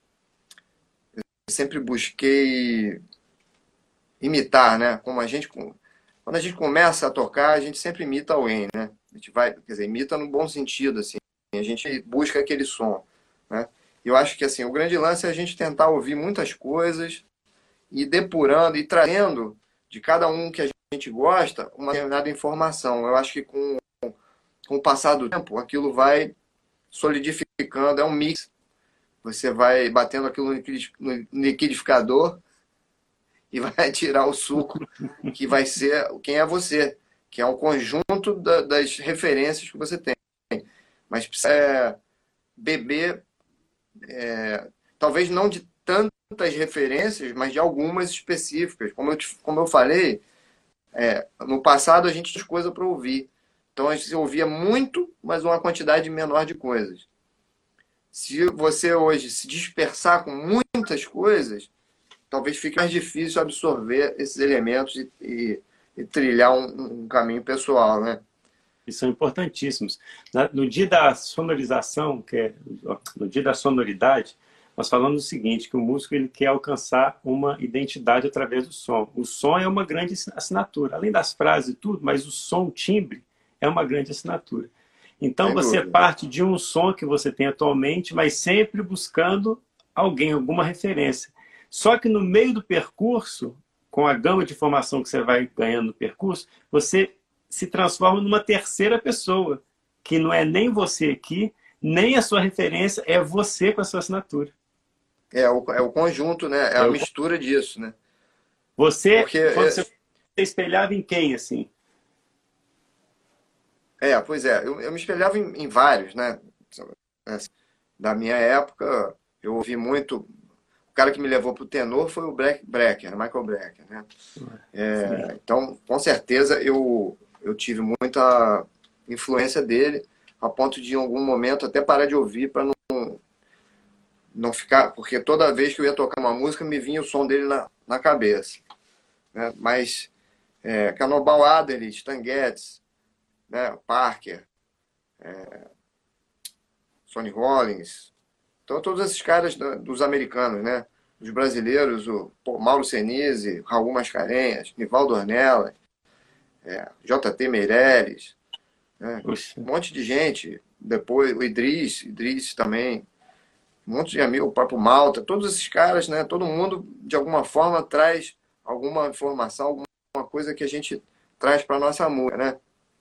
sempre busquei imitar, né? Como a gente, quando a gente começa a tocar, a gente sempre imita alguém, né? A gente vai, quer dizer, imita no bom sentido, assim. A gente busca aquele som, né? Eu acho que assim, o grande lance é a gente tentar ouvir muitas coisas e depurando e trazendo de cada um que a gente gosta uma determinada informação. Eu acho que com, com o passar do tempo, aquilo vai solidificando, é um mix. Você vai batendo aquilo no liquidificador e vai tirar o suco que vai ser quem é você, que é um conjunto da, das referências que você tem. Mas precisa é, beber, é, talvez não de tantas referências, mas de algumas específicas. Como eu, te, como eu falei, é, no passado a gente tinha coisa para ouvir. Então a gente ouvia muito, mas uma quantidade menor de coisas. Se você hoje se dispersar com muitas coisas, talvez fique mais difícil absorver esses elementos e, e, e trilhar um, um caminho pessoal, né? que são importantíssimos. No dia da sonorização, que é, no dia da sonoridade, nós falamos o seguinte, que o músico ele quer alcançar uma identidade através do som. O som é uma grande assinatura, além das frases e tudo, mas o som, o timbre, é uma grande assinatura. Então Sem você dúvida. parte de um som que você tem atualmente, mas sempre buscando alguém, alguma referência. Só que no meio do percurso, com a gama de informação que você vai ganhando no percurso, você se transforma numa terceira pessoa, que não é nem você aqui, nem a sua referência, é você com a sua assinatura. É o, é o conjunto, né? É É a o- mistura disso, né? Você, Porque, quando é, você, você espelhava em quem, assim? é, pois é, eu, eu me espelhava em, em vários, né? Assim, da minha época, eu ouvi muito. O cara que me levou pro tenor foi o Breck, Brecker, Michael Brecker, né? Sim. É, então, com certeza, eu, eu tive muita influência dele, a ponto de, em algum momento, até parar de ouvir para não, não ficar. Porque toda vez que eu ia tocar uma música, me vinha o som dele na, na cabeça. Né? Mas, é, Cannonball Adderley, Stan Getz, né? Parker, Sonny Rollins. Então, todos esses caras da- dos americanos, né? Os brasileiros, o pô, Mauro Senise, Raul Mascarenhas, Nivaldo Ornelas, J T Meirelles, né? Puxa, Um monte de gente. Depois o Idris, Idris também, um monte de amigos, o próprio Malta, todos esses caras, né? Todo mundo, de alguma forma, traz alguma informação, alguma coisa que a gente traz para nossa música, né?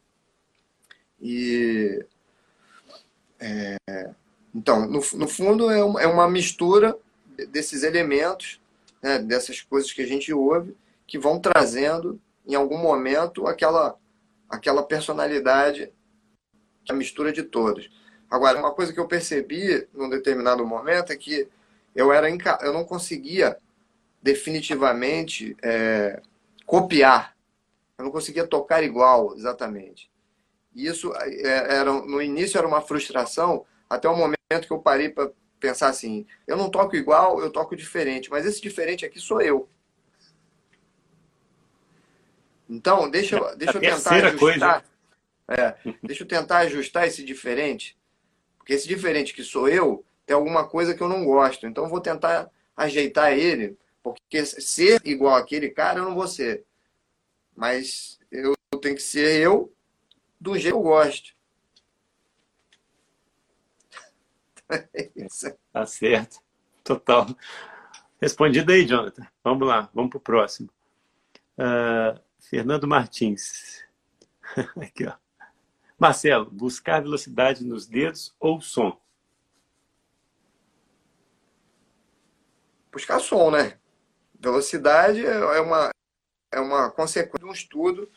E então, no, no fundo, é uma, é uma mistura desses elementos, né? Dessas coisas que a gente ouve, que vão trazendo, em algum momento, aquela, aquela personalidade, que é a mistura de todos. Agora, uma coisa que eu percebi num determinado momento é que eu, era inca... eu não conseguia definitivamente é, copiar. Eu não conseguia tocar igual, exatamente. E isso é, era, no início era uma frustração, até o momento que eu parei para pensar assim: eu não toco igual, eu toco diferente, mas esse diferente aqui sou eu. Então, deixa, eu- a deixa eu tentar terceira coisa, ajustar, é, deixa eu tentar ajustar esse diferente, porque esse diferente que sou eu tem alguma coisa que eu não gosto. Então, eu vou tentar ajeitar ele, porque ser igual àquele cara eu não vou ser. Mas eu tenho que ser eu do jeito que eu gosto. tá certo. Total. Respondido aí, Jonathan. Vamos lá, vamos pro próximo. Ah, Fernando Martins. Aqui, ó. Marcelo, buscar velocidade nos dedos ou som? Buscar som, né? Velocidade é uma, é uma consequência de um estudo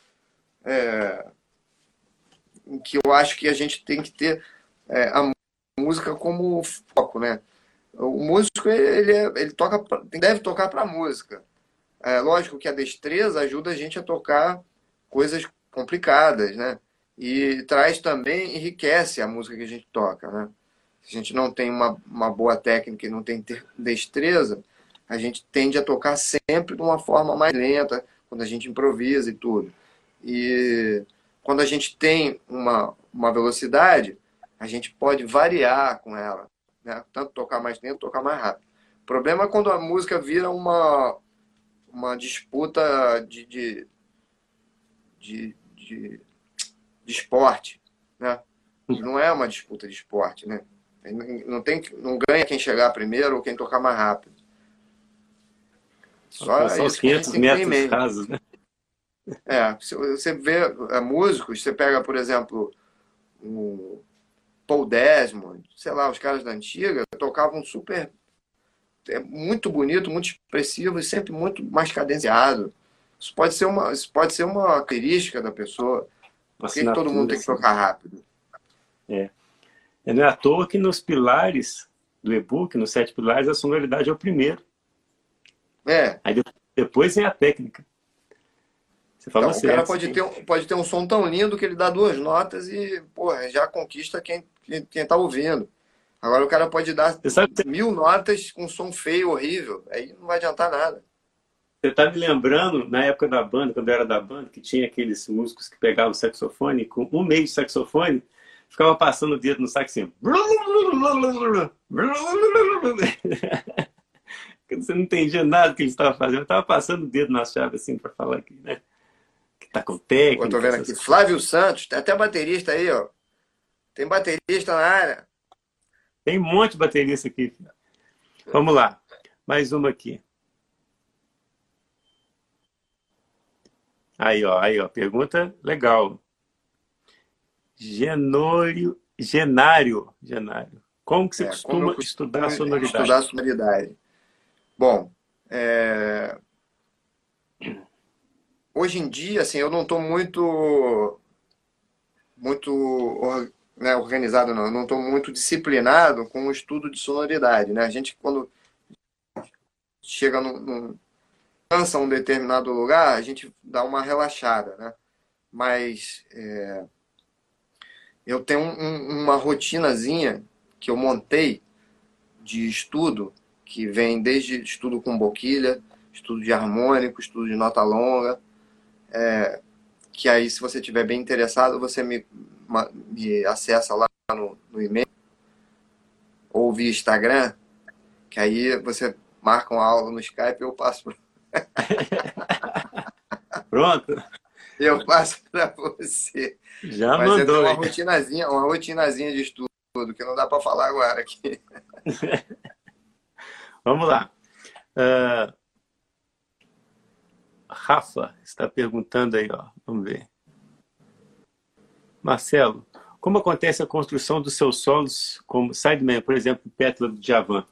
em que eu acho que a gente tem que ter é, a música como foco, né? O músico, ele, é- ele toca, pra- deve tocar para música. É lógico que a destreza ajuda a gente a tocar coisas complicadas, né? E traz também, enriquece a música que a gente toca, né? Se a gente não tem uma, uma boa técnica e não tem destreza, a gente tende a tocar sempre de uma forma mais lenta, quando a gente improvisa e tudo. E quando a gente tem uma, uma velocidade, a gente pode variar com ela, né? Tanto tocar mais lento, tocar mais rápido. O problema é quando a música vira uma, uma disputa de, de, de, de, de esporte, né? E não é uma disputa de esporte, né? Não, tem, não ganha quem chegar primeiro ou quem tocar mais rápido. Só Alcançar os isso que a gente quinhentos tem que ter em metros mente. rasos, né? É, se você vê é, músicos, você pega, por exemplo, o Paul Desmond, sei lá, os caras da antiga, tocavam super, é, muito bonito, muito expressivo e sempre muito mais cadenciado. Isso pode ser uma, isso pode ser uma característica da pessoa. Uma Por que, que todo mundo assinatura, tem que assim. tocar rápido? É. E não é à toa que nos pilares do e-book, nos sete pilares, a sonoridade é o primeiro. É, Aí depois vem a técnica. Você falou então o cara certo. pode ter, um- pode ter um som tão lindo que ele dá duas notas e, porra, já conquista quem, quem, quem tá ouvindo. Agora o cara pode dar Você sabe que mil notas com som feio, horrível. Aí não vai adiantar nada. Você tá me lembrando, na época da banda, quando eu era da banda, que tinha aqueles músicos que pegavam o saxofone, com um meio de saxofone, ficava passando o dedo no sax assim. Você não entendia nada do que eles estavam fazendo. Eu estava passando o dedo na chave assim para falar aqui, né? Que tá com Eu tô técnica, vendo essas aqui, coisas. Flávio Santos, tem até baterista aí, ó. Tem baterista na área. Tem um monte de baterista aqui. Vamos lá. Mais uma aqui. Aí, ó, aí, ó. Pergunta legal. Genório, genário, genário. Como que você É, como eu costuma estudar costumo a estudar a sonoridade? sonoridade. Bom, é, hoje em dia, assim, eu não estou muito, muito or- né, organizado, não. Eu não estou muito disciplinado com o estudo de sonoridade, né? A gente, quando chega num, num, cansa um determinado lugar, a gente dá uma relaxada, né? Mas é, eu tenho um- um- uma rotinazinha que eu montei de estudo, que vem desde estudo com boquilha, estudo de harmônico, estudo de nota longa, que aí, se você estiver bem interessado, você me, me acessa lá no, no e-mail ou via Instagram, que aí você marca uma aula no Skype e eu passo, Pronto? eu passo para você. Já Mas eu tenho mandou, uma hein? rotinazinha, uma rotinazinha de estudo que não dá para falar agora aqui. Vamos lá. Uh, Rafa está perguntando aí, ó. Vamos ver. Marcelo, como acontece a construção dos seus solos como Sideman, por exemplo, Pétala do Djavan?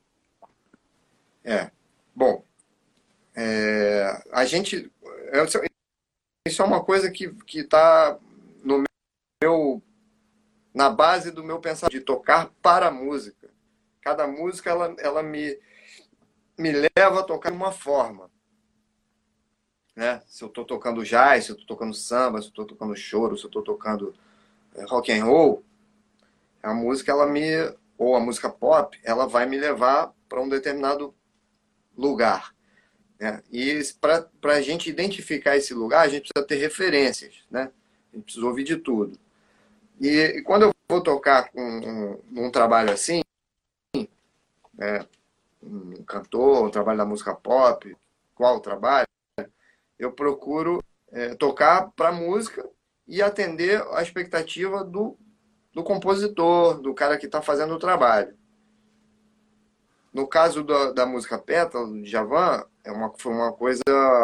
É. Bom, é, a gente. Isso é uma coisa que está no meu, na base do meu pensamento, de tocar para a música. Cada música ela, ela me, me leva a tocar de uma forma. Né? Se eu estou tocando jazz, se eu estou tocando samba, se eu estou tocando choro, se eu estou tocando rock and roll, a música ela me ou a música pop, ela vai me levar para um determinado lugar. Né? E para a gente identificar esse lugar, a gente precisa ter referências, né? A gente precisa ouvir de tudo. E, e quando eu vou tocar com um, um, um trabalho assim, né, um cantor, um trabalho da música pop, qual trabalho, eu procuro é, tocar para música e atender a expectativa do, do compositor, do cara que está fazendo o trabalho. No caso da, da música Pétala, do Djavan, é uma, foi uma coisa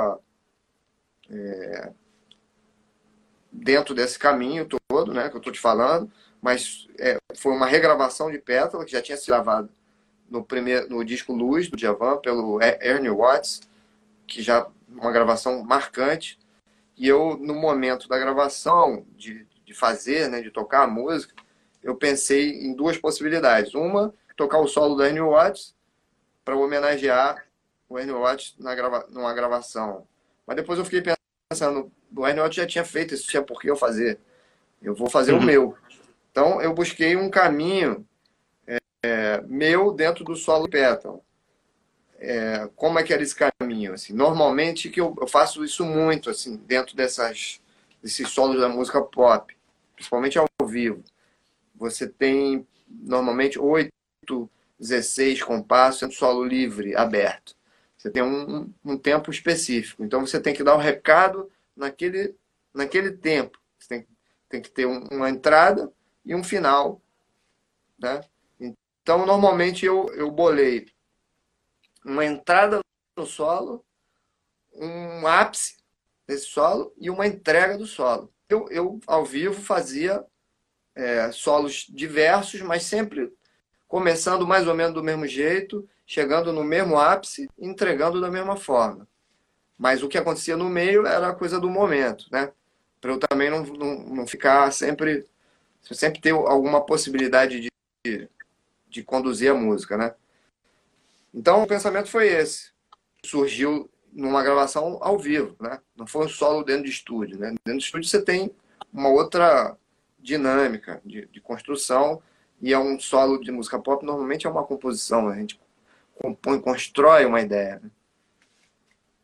dentro desse caminho todo, né, que eu estou te falando, mas é, foi uma regravação de Pétala, que já tinha sido gravado no, primeiro, no disco Luz, do Djavan, pelo Ernie Watts, que já uma gravação marcante. E eu, no momento da gravação, de, de fazer, né, de tocar a música, eu pensei em duas possibilidades. Uma, tocar o solo do Ernie Watts para homenagear o Ernie Watts na grava, numa gravação. Mas depois eu fiquei pensando, o Ernie Watts já tinha feito isso, tinha por que eu fazer. Eu vou fazer o Uhum. meu. Então eu busquei um caminho é, meu dentro do solo de Pétala. É, como é que era esse caminho? Assim, normalmente que eu, eu faço isso muito assim dentro dessas, desses solos da música pop, principalmente ao vivo. Você tem normalmente oito, dezesseis compassos em solo livre, aberto. Você tem um, um tempo específico. Então você tem que dar o um recado naquele, naquele tempo. Você tem, tem que ter um, uma entrada e um final. Né? Então, normalmente eu, eu bolei uma entrada no solo, um ápice desse solo e uma entrega do solo. Eu, eu ao vivo, fazia é, solos diversos, mas sempre começando mais ou menos do mesmo jeito, chegando no mesmo ápice, entregando da mesma forma. Mas o que acontecia no meio era a coisa do momento, né? Para eu também não, não, não ficar sempre... Sempre ter alguma possibilidade de, de conduzir a música, né? Então o pensamento foi esse. Surgiu numa gravação ao vivo, né? Não foi um solo dentro de estúdio, né? Dentro de estúdio você tem uma outra dinâmica de, de construção e é um solo de música pop, normalmente é uma composição, a gente compõe, constrói uma ideia. Né?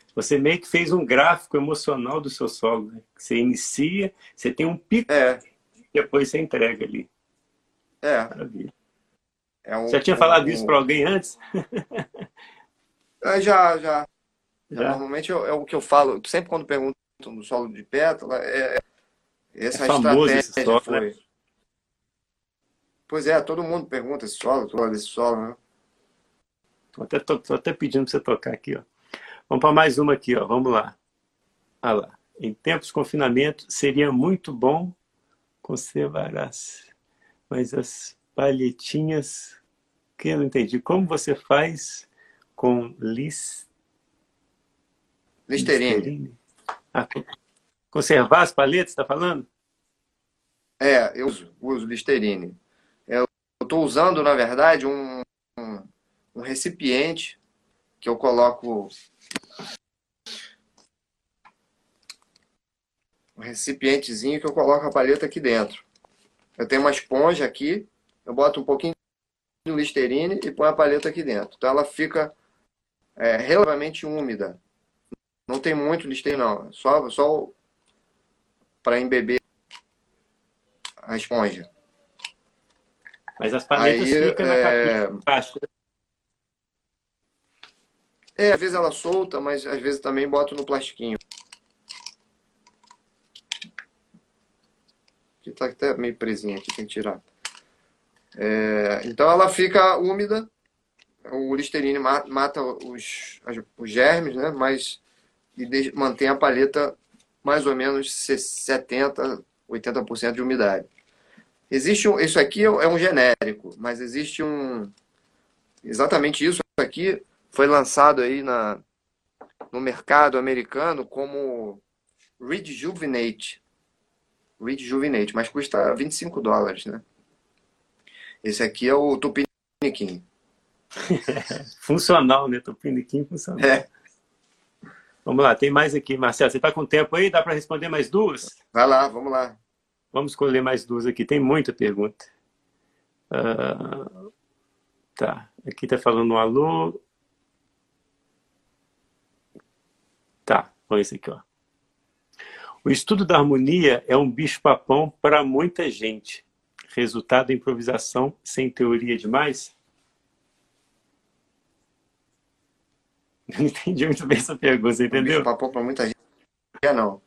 Você meio que fez um gráfico emocional do seu solo, né? Você inicia, você tem um pico, É, depois você entrega ali. é. Maravilha. É um, Já tinha falado isso um, para um- alguém antes? é, já, já. É, Já? normalmente é, é o que eu falo, sempre quando perguntam no solo de pétala, é, é- É essa famoso esse estratégia solo, né? foi. Pois é, todo mundo pergunta esse solo, todo esse solo, né? Tô até, tô, tô até pedindo para você tocar aqui, ó. Vamos para mais uma aqui, ó. Vamos lá. Ah lá. Em tempos de confinamento, seria muito bom conservar as... Mas as palhetinhas... Que eu não entendi. Como você faz com lis... Listerine. Listerine? Ah, conservar as palhetas, está falando? É, eu uso, uso Listerine. Eu estou usando, na verdade, um, um, um recipiente que eu coloco. Um recipientezinho que eu coloco a palheta aqui dentro. Eu tenho uma esponja aqui, eu boto um pouquinho de Listerine e ponho a palheta aqui dentro. Então ela fica é, relativamente úmida. Não tem muito Listerine, não. Só, só para embeber a esponja. Mas as Aí, palhetas ficam na capinha é, de plástico. é, às vezes ela solta, mas às vezes também boto no plastiquinho. Que tá até meio presinha aqui, tem que tirar. É, então ela fica úmida, o Listerine mata os, os germes, né? Mas e mantém a palheta mais ou menos setenta, oitenta por cento de umidade. Existe um, isso aqui é um genérico, mas existe um exatamente isso aqui foi lançado aí na, no mercado americano como Rejuvenate. Rejuvenate, mas custa vinte e cinco dólares, né? Esse aqui é o Tupiniquim. Funcional, né? Tupiniquim funcional. É. Vamos lá, tem mais aqui. Marcelo, você está com tempo aí? Dá para responder mais duas? Vai lá, vamos lá. Vamos escolher mais duas aqui. Tem muita pergunta. Uh, tá. Aqui está falando um alô. Tá, põe esse aqui, ó. O estudo da harmonia é um bicho-papão para muita gente. Resultado da improvisação sem teoria demais? Eu não entendi muito bem essa pergunta, você Um entendeu? bicho-papão para muita gente. É, não.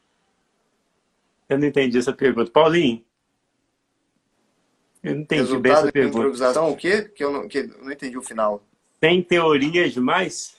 Eu não entendi essa pergunta. Paulinho, eu não entendi bem essa Resultado da pergunta. improvisação, o quê? Que eu não, que eu não entendi o final. Sem teoria demais?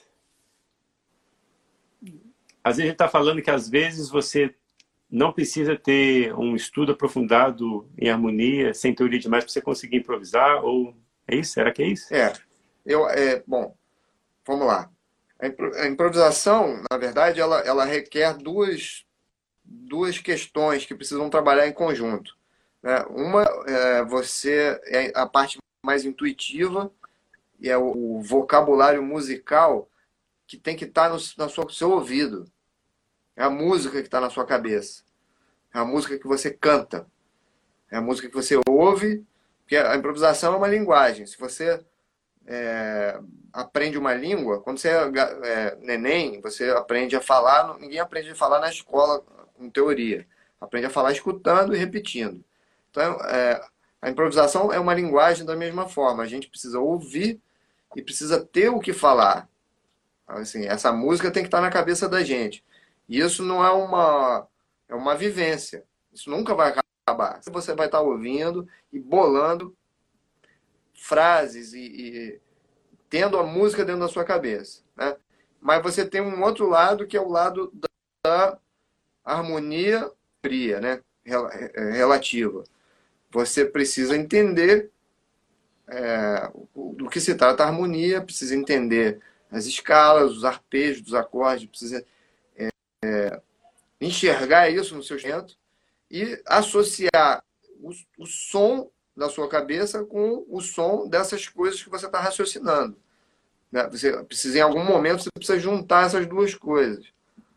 Às vezes a gente está falando que às vezes você não precisa ter um estudo aprofundado em harmonia, sem teoria demais, para você conseguir improvisar, ou... É isso? Será que é isso? É, eu, é, bom, vamos lá. A, impro, a improvisação, na verdade, ela, ela requer duas, duas questões que precisam trabalhar em conjunto. Né? Uma é você é a parte mais intuitiva e é o, o vocabulário musical que tem que estar no na sua, seu ouvido. É a música que está na sua cabeça. É a música que você canta. É a música que você ouve. Porque a improvisação é uma linguagem. Se você é, aprende uma língua, quando você é, é neném, você aprende a falar. Ninguém aprende a falar na escola com teoria. Aprende a falar escutando e repetindo. Então, é, a improvisação é uma linguagem da mesma forma. A gente precisa ouvir e precisa ter o que falar. Assim, essa música tem que estar na cabeça da gente. E isso não é uma, é uma vivência. Isso nunca vai acabar. Você vai estar ouvindo e bolando frases e, e tendo a música dentro da sua cabeça. Né? Mas você tem um outro lado que é o lado da harmonia fria, né? Relativa. Você precisa entender é, do que se trata a harmonia, precisa entender as escalas, os arpejos dos acordes, precisa é, enxergar isso no seu instrumento e associar o, o som da sua cabeça com o som dessas coisas que você está raciocinando. Né? Você precisa, em algum momento, você precisa juntar essas duas coisas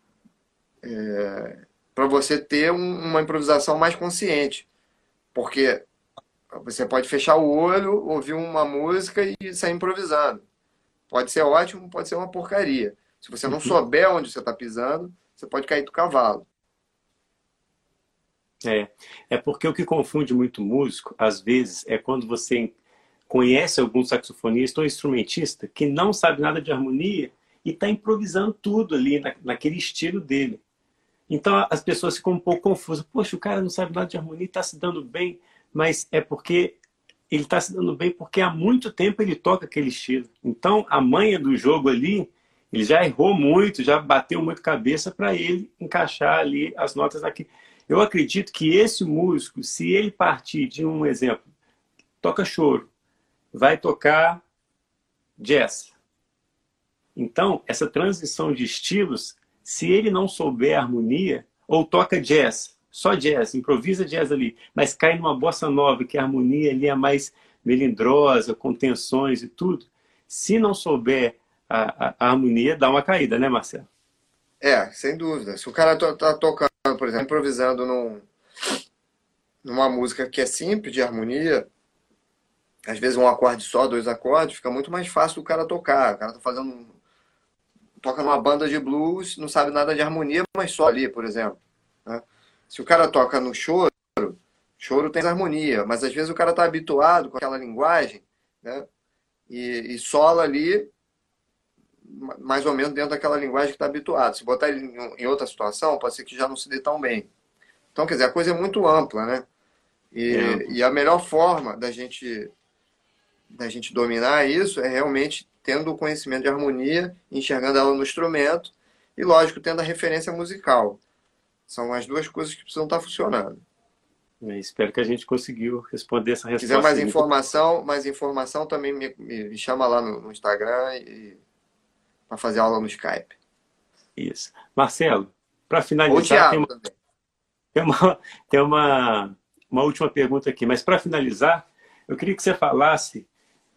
é, para você ter um, uma improvisação mais consciente. Porque você pode fechar o olho, ouvir uma música e sair improvisando. Pode ser ótimo, pode ser uma porcaria. Se você não Uhum. souber onde você está pisando, você pode cair do cavalo. É, é porque o que confunde muito músico, às vezes, é quando você conhece algum saxofonista ou instrumentista que não sabe nada de harmonia e está improvisando tudo ali na, naquele estilo dele. Então as pessoas ficam um pouco confusas. Poxa, o cara não sabe nada de harmonia, está se dando bem, mas é porque ele está se dando bem porque há muito tempo ele toca aquele estilo. Então a manha do jogo ali, ele já errou muito, já bateu muito cabeça para ele encaixar ali as notas aqui. Eu acredito que esse músico, se ele partir de um exemplo, toca choro, vai tocar jazz. Então, essa transição de estilos, se ele não souber harmonia, ou toca jazz, só jazz, improvisa jazz ali, mas cai numa bossa nova, que a harmonia ali é mais melindrosa, com tensões e tudo, se não souber a, a, a harmonia, dá uma caída, né, Marcelo? É, sem dúvida. Se o cara to- tá tocando, por exemplo, improvisando num- numa música que é simples de harmonia, às vezes um acorde só, dois acordes, fica muito mais fácil do cara tocar. O cara tá fazendo, um- toca numa banda de blues, não sabe nada de harmonia, mas só ali, por exemplo, né? Se o cara toca no choro, choro tem harmonia, mas às vezes o cara tá habituado com aquela linguagem, né? E, e sola ali mais ou menos dentro daquela linguagem que está habituado. Se botar ele em outra situação, pode ser que já não se dê tão bem. Então, quer dizer, a coisa é muito ampla, né? É, E, e a melhor forma da gente, da gente dominar isso é realmente tendo o conhecimento de harmonia, enxergando ela no instrumento e, lógico, tendo a referência musical. São as duas coisas que precisam estar funcionando. é, espero que a gente conseguiu responder essa Se quiser resposta mais aí. Muito informação, mais informação também me, me, me chama lá no, no Instagram e para fazer aula no Skype. isso. Marcelo, para Ou o finalizar, tem Thiago uma, também. tem uma, tem uma, uma última pergunta aqui, mas para finalizar, eu queria que você falasse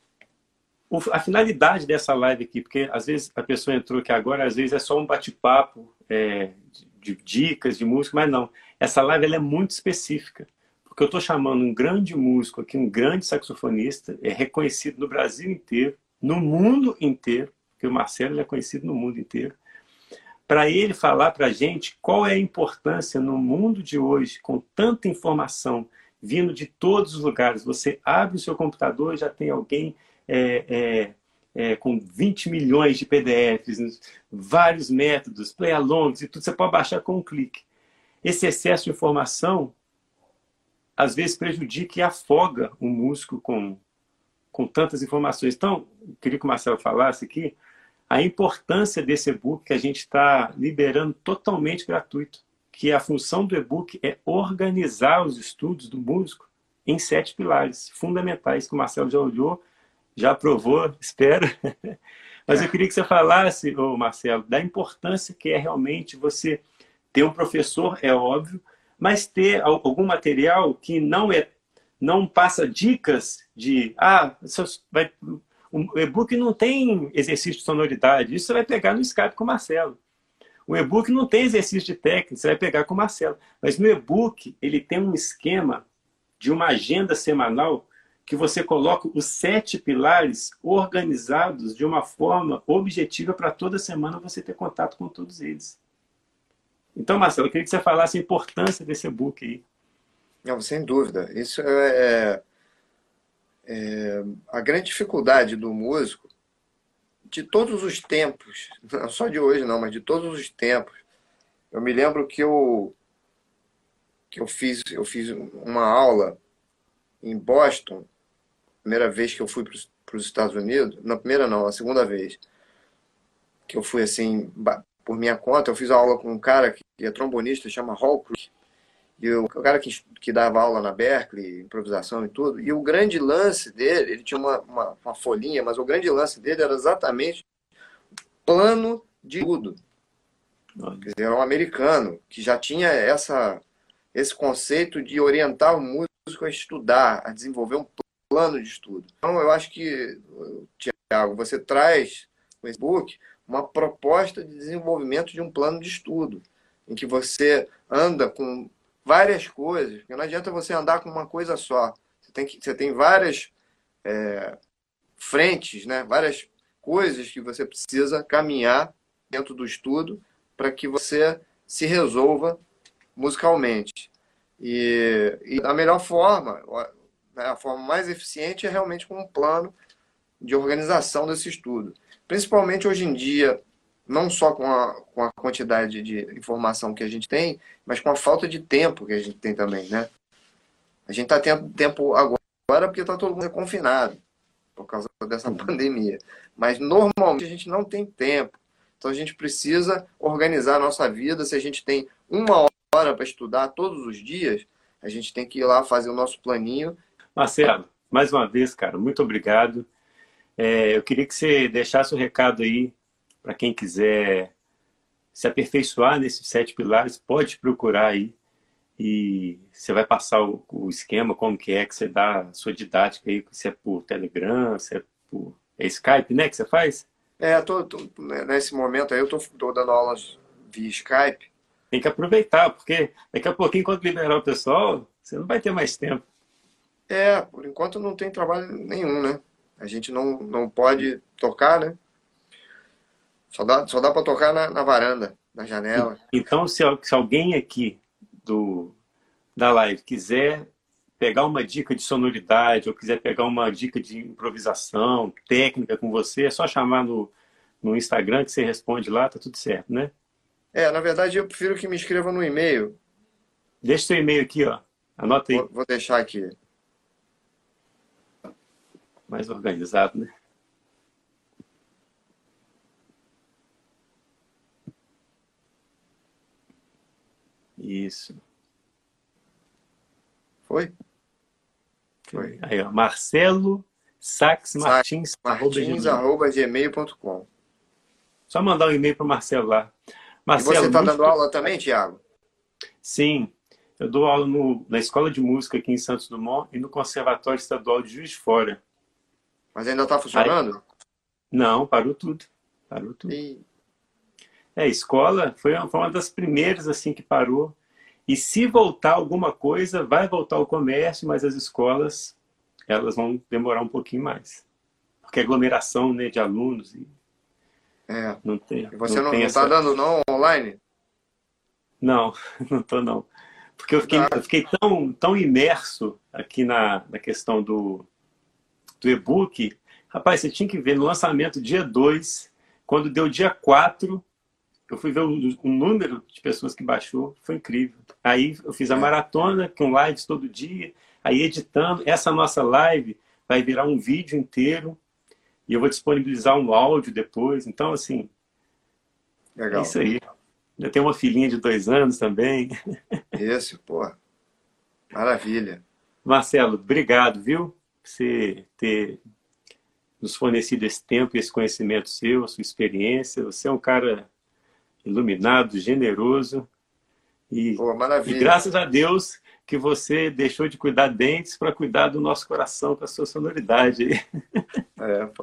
a finalidade dessa live aqui, porque às vezes a pessoa entrou aqui agora, às vezes é só um bate-papo é, de, de dicas de música, mas não. Essa live ela é muito específica, porque eu estou chamando um grande músico aqui, um grande saxofonista, é reconhecido no Brasil inteiro, no mundo inteiro, porque o Marcelo ele é conhecido no mundo inteiro, para ele falar para a gente qual é a importância no mundo de hoje, com tanta informação vindo de todos os lugares. Você abre o seu computador e já tem alguém é, é, é, com vinte milhões de P D Fs, vários métodos, play-alongs e tudo, você pode baixar com um clique. Esse excesso de informação, às vezes, prejudica e afoga o músico com, com tantas informações. Então, eu queria que o Marcelo falasse aqui a importância desse e-book que a gente está liberando totalmente gratuito, que a função do e-book é organizar os estudos do músico em sete pilares fundamentais, que o Marcelo já olhou, já aprovou, espero. Mas eu É. queria que você falasse, ô Marcelo, da importância que é realmente você ter um professor, é óbvio, mas ter algum material que não é, não passa dicas de, ah, vai, o e-book não tem exercício de sonoridade, isso você vai pegar no Skype com o Marcelo. O e-book não tem exercício de técnica, você vai pegar com o Marcelo. Mas no e-book, ele tem um esquema de uma agenda semanal que você coloca os sete pilares organizados de uma forma objetiva para toda semana você ter contato com todos eles. Então, Marcelo, eu queria que você falasse a importância desse e-book aí. Não, sem dúvida. Isso é, é a grande dificuldade do músico de todos os tempos, não só de hoje não, mas de todos os tempos. Eu me lembro que eu que eu fiz eu fiz uma aula em Boston, primeira vez que eu fui para os Estados Unidos, na primeira não, a segunda vez que eu fui assim por minha conta, eu fiz aula com um cara que é trombonista, chama Hall Crook. E o cara que, que dava aula na Berkeley, improvisação e tudo, e o grande lance dele, ele tinha uma, uma, uma folhinha, mas o grande lance dele era exatamente plano de tudo. Quer dizer, era um americano que já tinha essa, esse conceito de orientar o músico a estudar, a desenvolver um plano de estudo. Então, eu acho que, Tiago, você traz no Facebook uma proposta de desenvolvimento de um plano de estudo, em que você anda com várias coisas, porque não adianta você andar com uma coisa só. Você tem, que, você tem várias é, frentes, né? Várias coisas que você precisa caminhar dentro do estudo para que você se resolva musicalmente. E, e a melhor forma, a forma mais eficiente é realmente com um plano de organização desse estudo. Principalmente hoje em dia, não só com a, com a quantidade de informação que a gente tem, mas com a falta de tempo que a gente tem também, né? A gente está tendo tempo agora porque está todo mundo confinado por causa dessa pandemia. Mas normalmente a gente não tem tempo. Então a gente precisa organizar a nossa vida. Se a gente tem uma hora para estudar todos os dias, a gente tem que ir lá fazer o nosso planinho. Marcelo, mais uma vez, cara, muito obrigado. É, eu queria que você deixasse um recado aí para quem quiser se aperfeiçoar nesses sete pilares, pode procurar aí e você vai passar o, o esquema, como que é que você dá a sua didática aí, se é por Telegram, se é por é Skype, né, que você faz? É, tô, tô, nesse momento aí eu tô, tô dando aulas via Skype. Tem que aproveitar, porque daqui a pouquinho, quando liberar o pessoal, você não vai ter mais tempo. É, por enquanto não tem trabalho nenhum, né? A gente não, não pode tocar, né? Só dá, só dá para tocar na, na varanda, na janela. Então, se, se alguém aqui do, da live quiser pegar uma dica de sonoridade ou quiser pegar uma dica de improvisação, técnica com você, é só chamar no, no Instagram que você responde lá, tá tudo certo, né? É, na verdade eu prefiro que me escreva no e-mail. Deixa seu e-mail aqui, ó. Anota aí. Vou, vou deixar aqui. Mais organizado, né? Isso. Foi? Foi. Aí, ó. Marcelo Sax Martins, Martins arroba gmail ponto com. Só mandar um e-mail para o Marcelo lá. Marcelo, e você está muito... dando aula também, Thiago? Sim. Eu dou aula no, na Escola de Música aqui em Santos Dumont e no Conservatório Estadual de Juiz de Fora. Mas ainda está funcionando? Aí... Não, parou tudo. Parou tudo. E... É, a escola foi uma, foi uma das primeiras assim que parou. E se voltar alguma coisa, vai voltar o comércio, mas as escolas elas vão demorar um pouquinho mais. Porque é aglomeração, né, de alunos. E é. Não tem, e você não está essa... dando não online? Não, não estou não. Porque eu fiquei, eu fiquei tão, tão imerso aqui na, na questão do, do e-book. Rapaz, você tinha que ver no lançamento dia dois, quando deu dia quatro, eu fui ver o, o número de pessoas que baixou, foi incrível. Aí eu fiz a maratona, com lives todo dia, aí editando. Essa nossa live vai virar um vídeo inteiro e eu vou disponibilizar um áudio depois. Então, assim, legal. É isso aí. Eu tenho uma filhinha de dois anos também. Isso, pô. Maravilha. Marcelo, obrigado, viu? Por você ter nos fornecido esse tempo, esse conhecimento seu, a sua experiência. Você é um cara iluminado, generoso. E, pô, maravilha. E graças a Deus que você deixou de cuidar dentes para cuidar do nosso coração com a sua sonoridade. É, pô.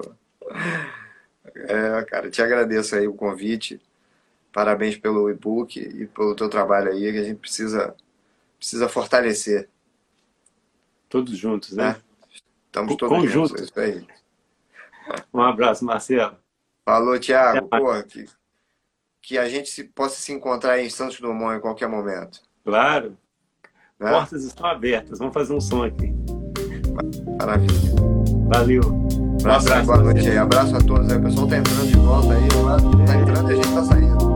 É, cara, te agradeço aí o convite. Parabéns pelo e-book e pelo teu trabalho aí, que a gente precisa, precisa fortalecer. Todos juntos, né? É. Estamos todos Conjunto. juntos, isso aí. Um abraço, Marcelo. Falou, Thiago. Pô, que, que a gente se, possa se encontrar em Santos Dumont em qualquer momento. Claro. Né? Portas estão abertas. Vamos fazer um som aqui. Maravilha. Valeu. Um abraço, boa noite aí. Abraço a todos aí. O pessoal tá entrando de volta aí. Tá entrando e a gente tá saindo.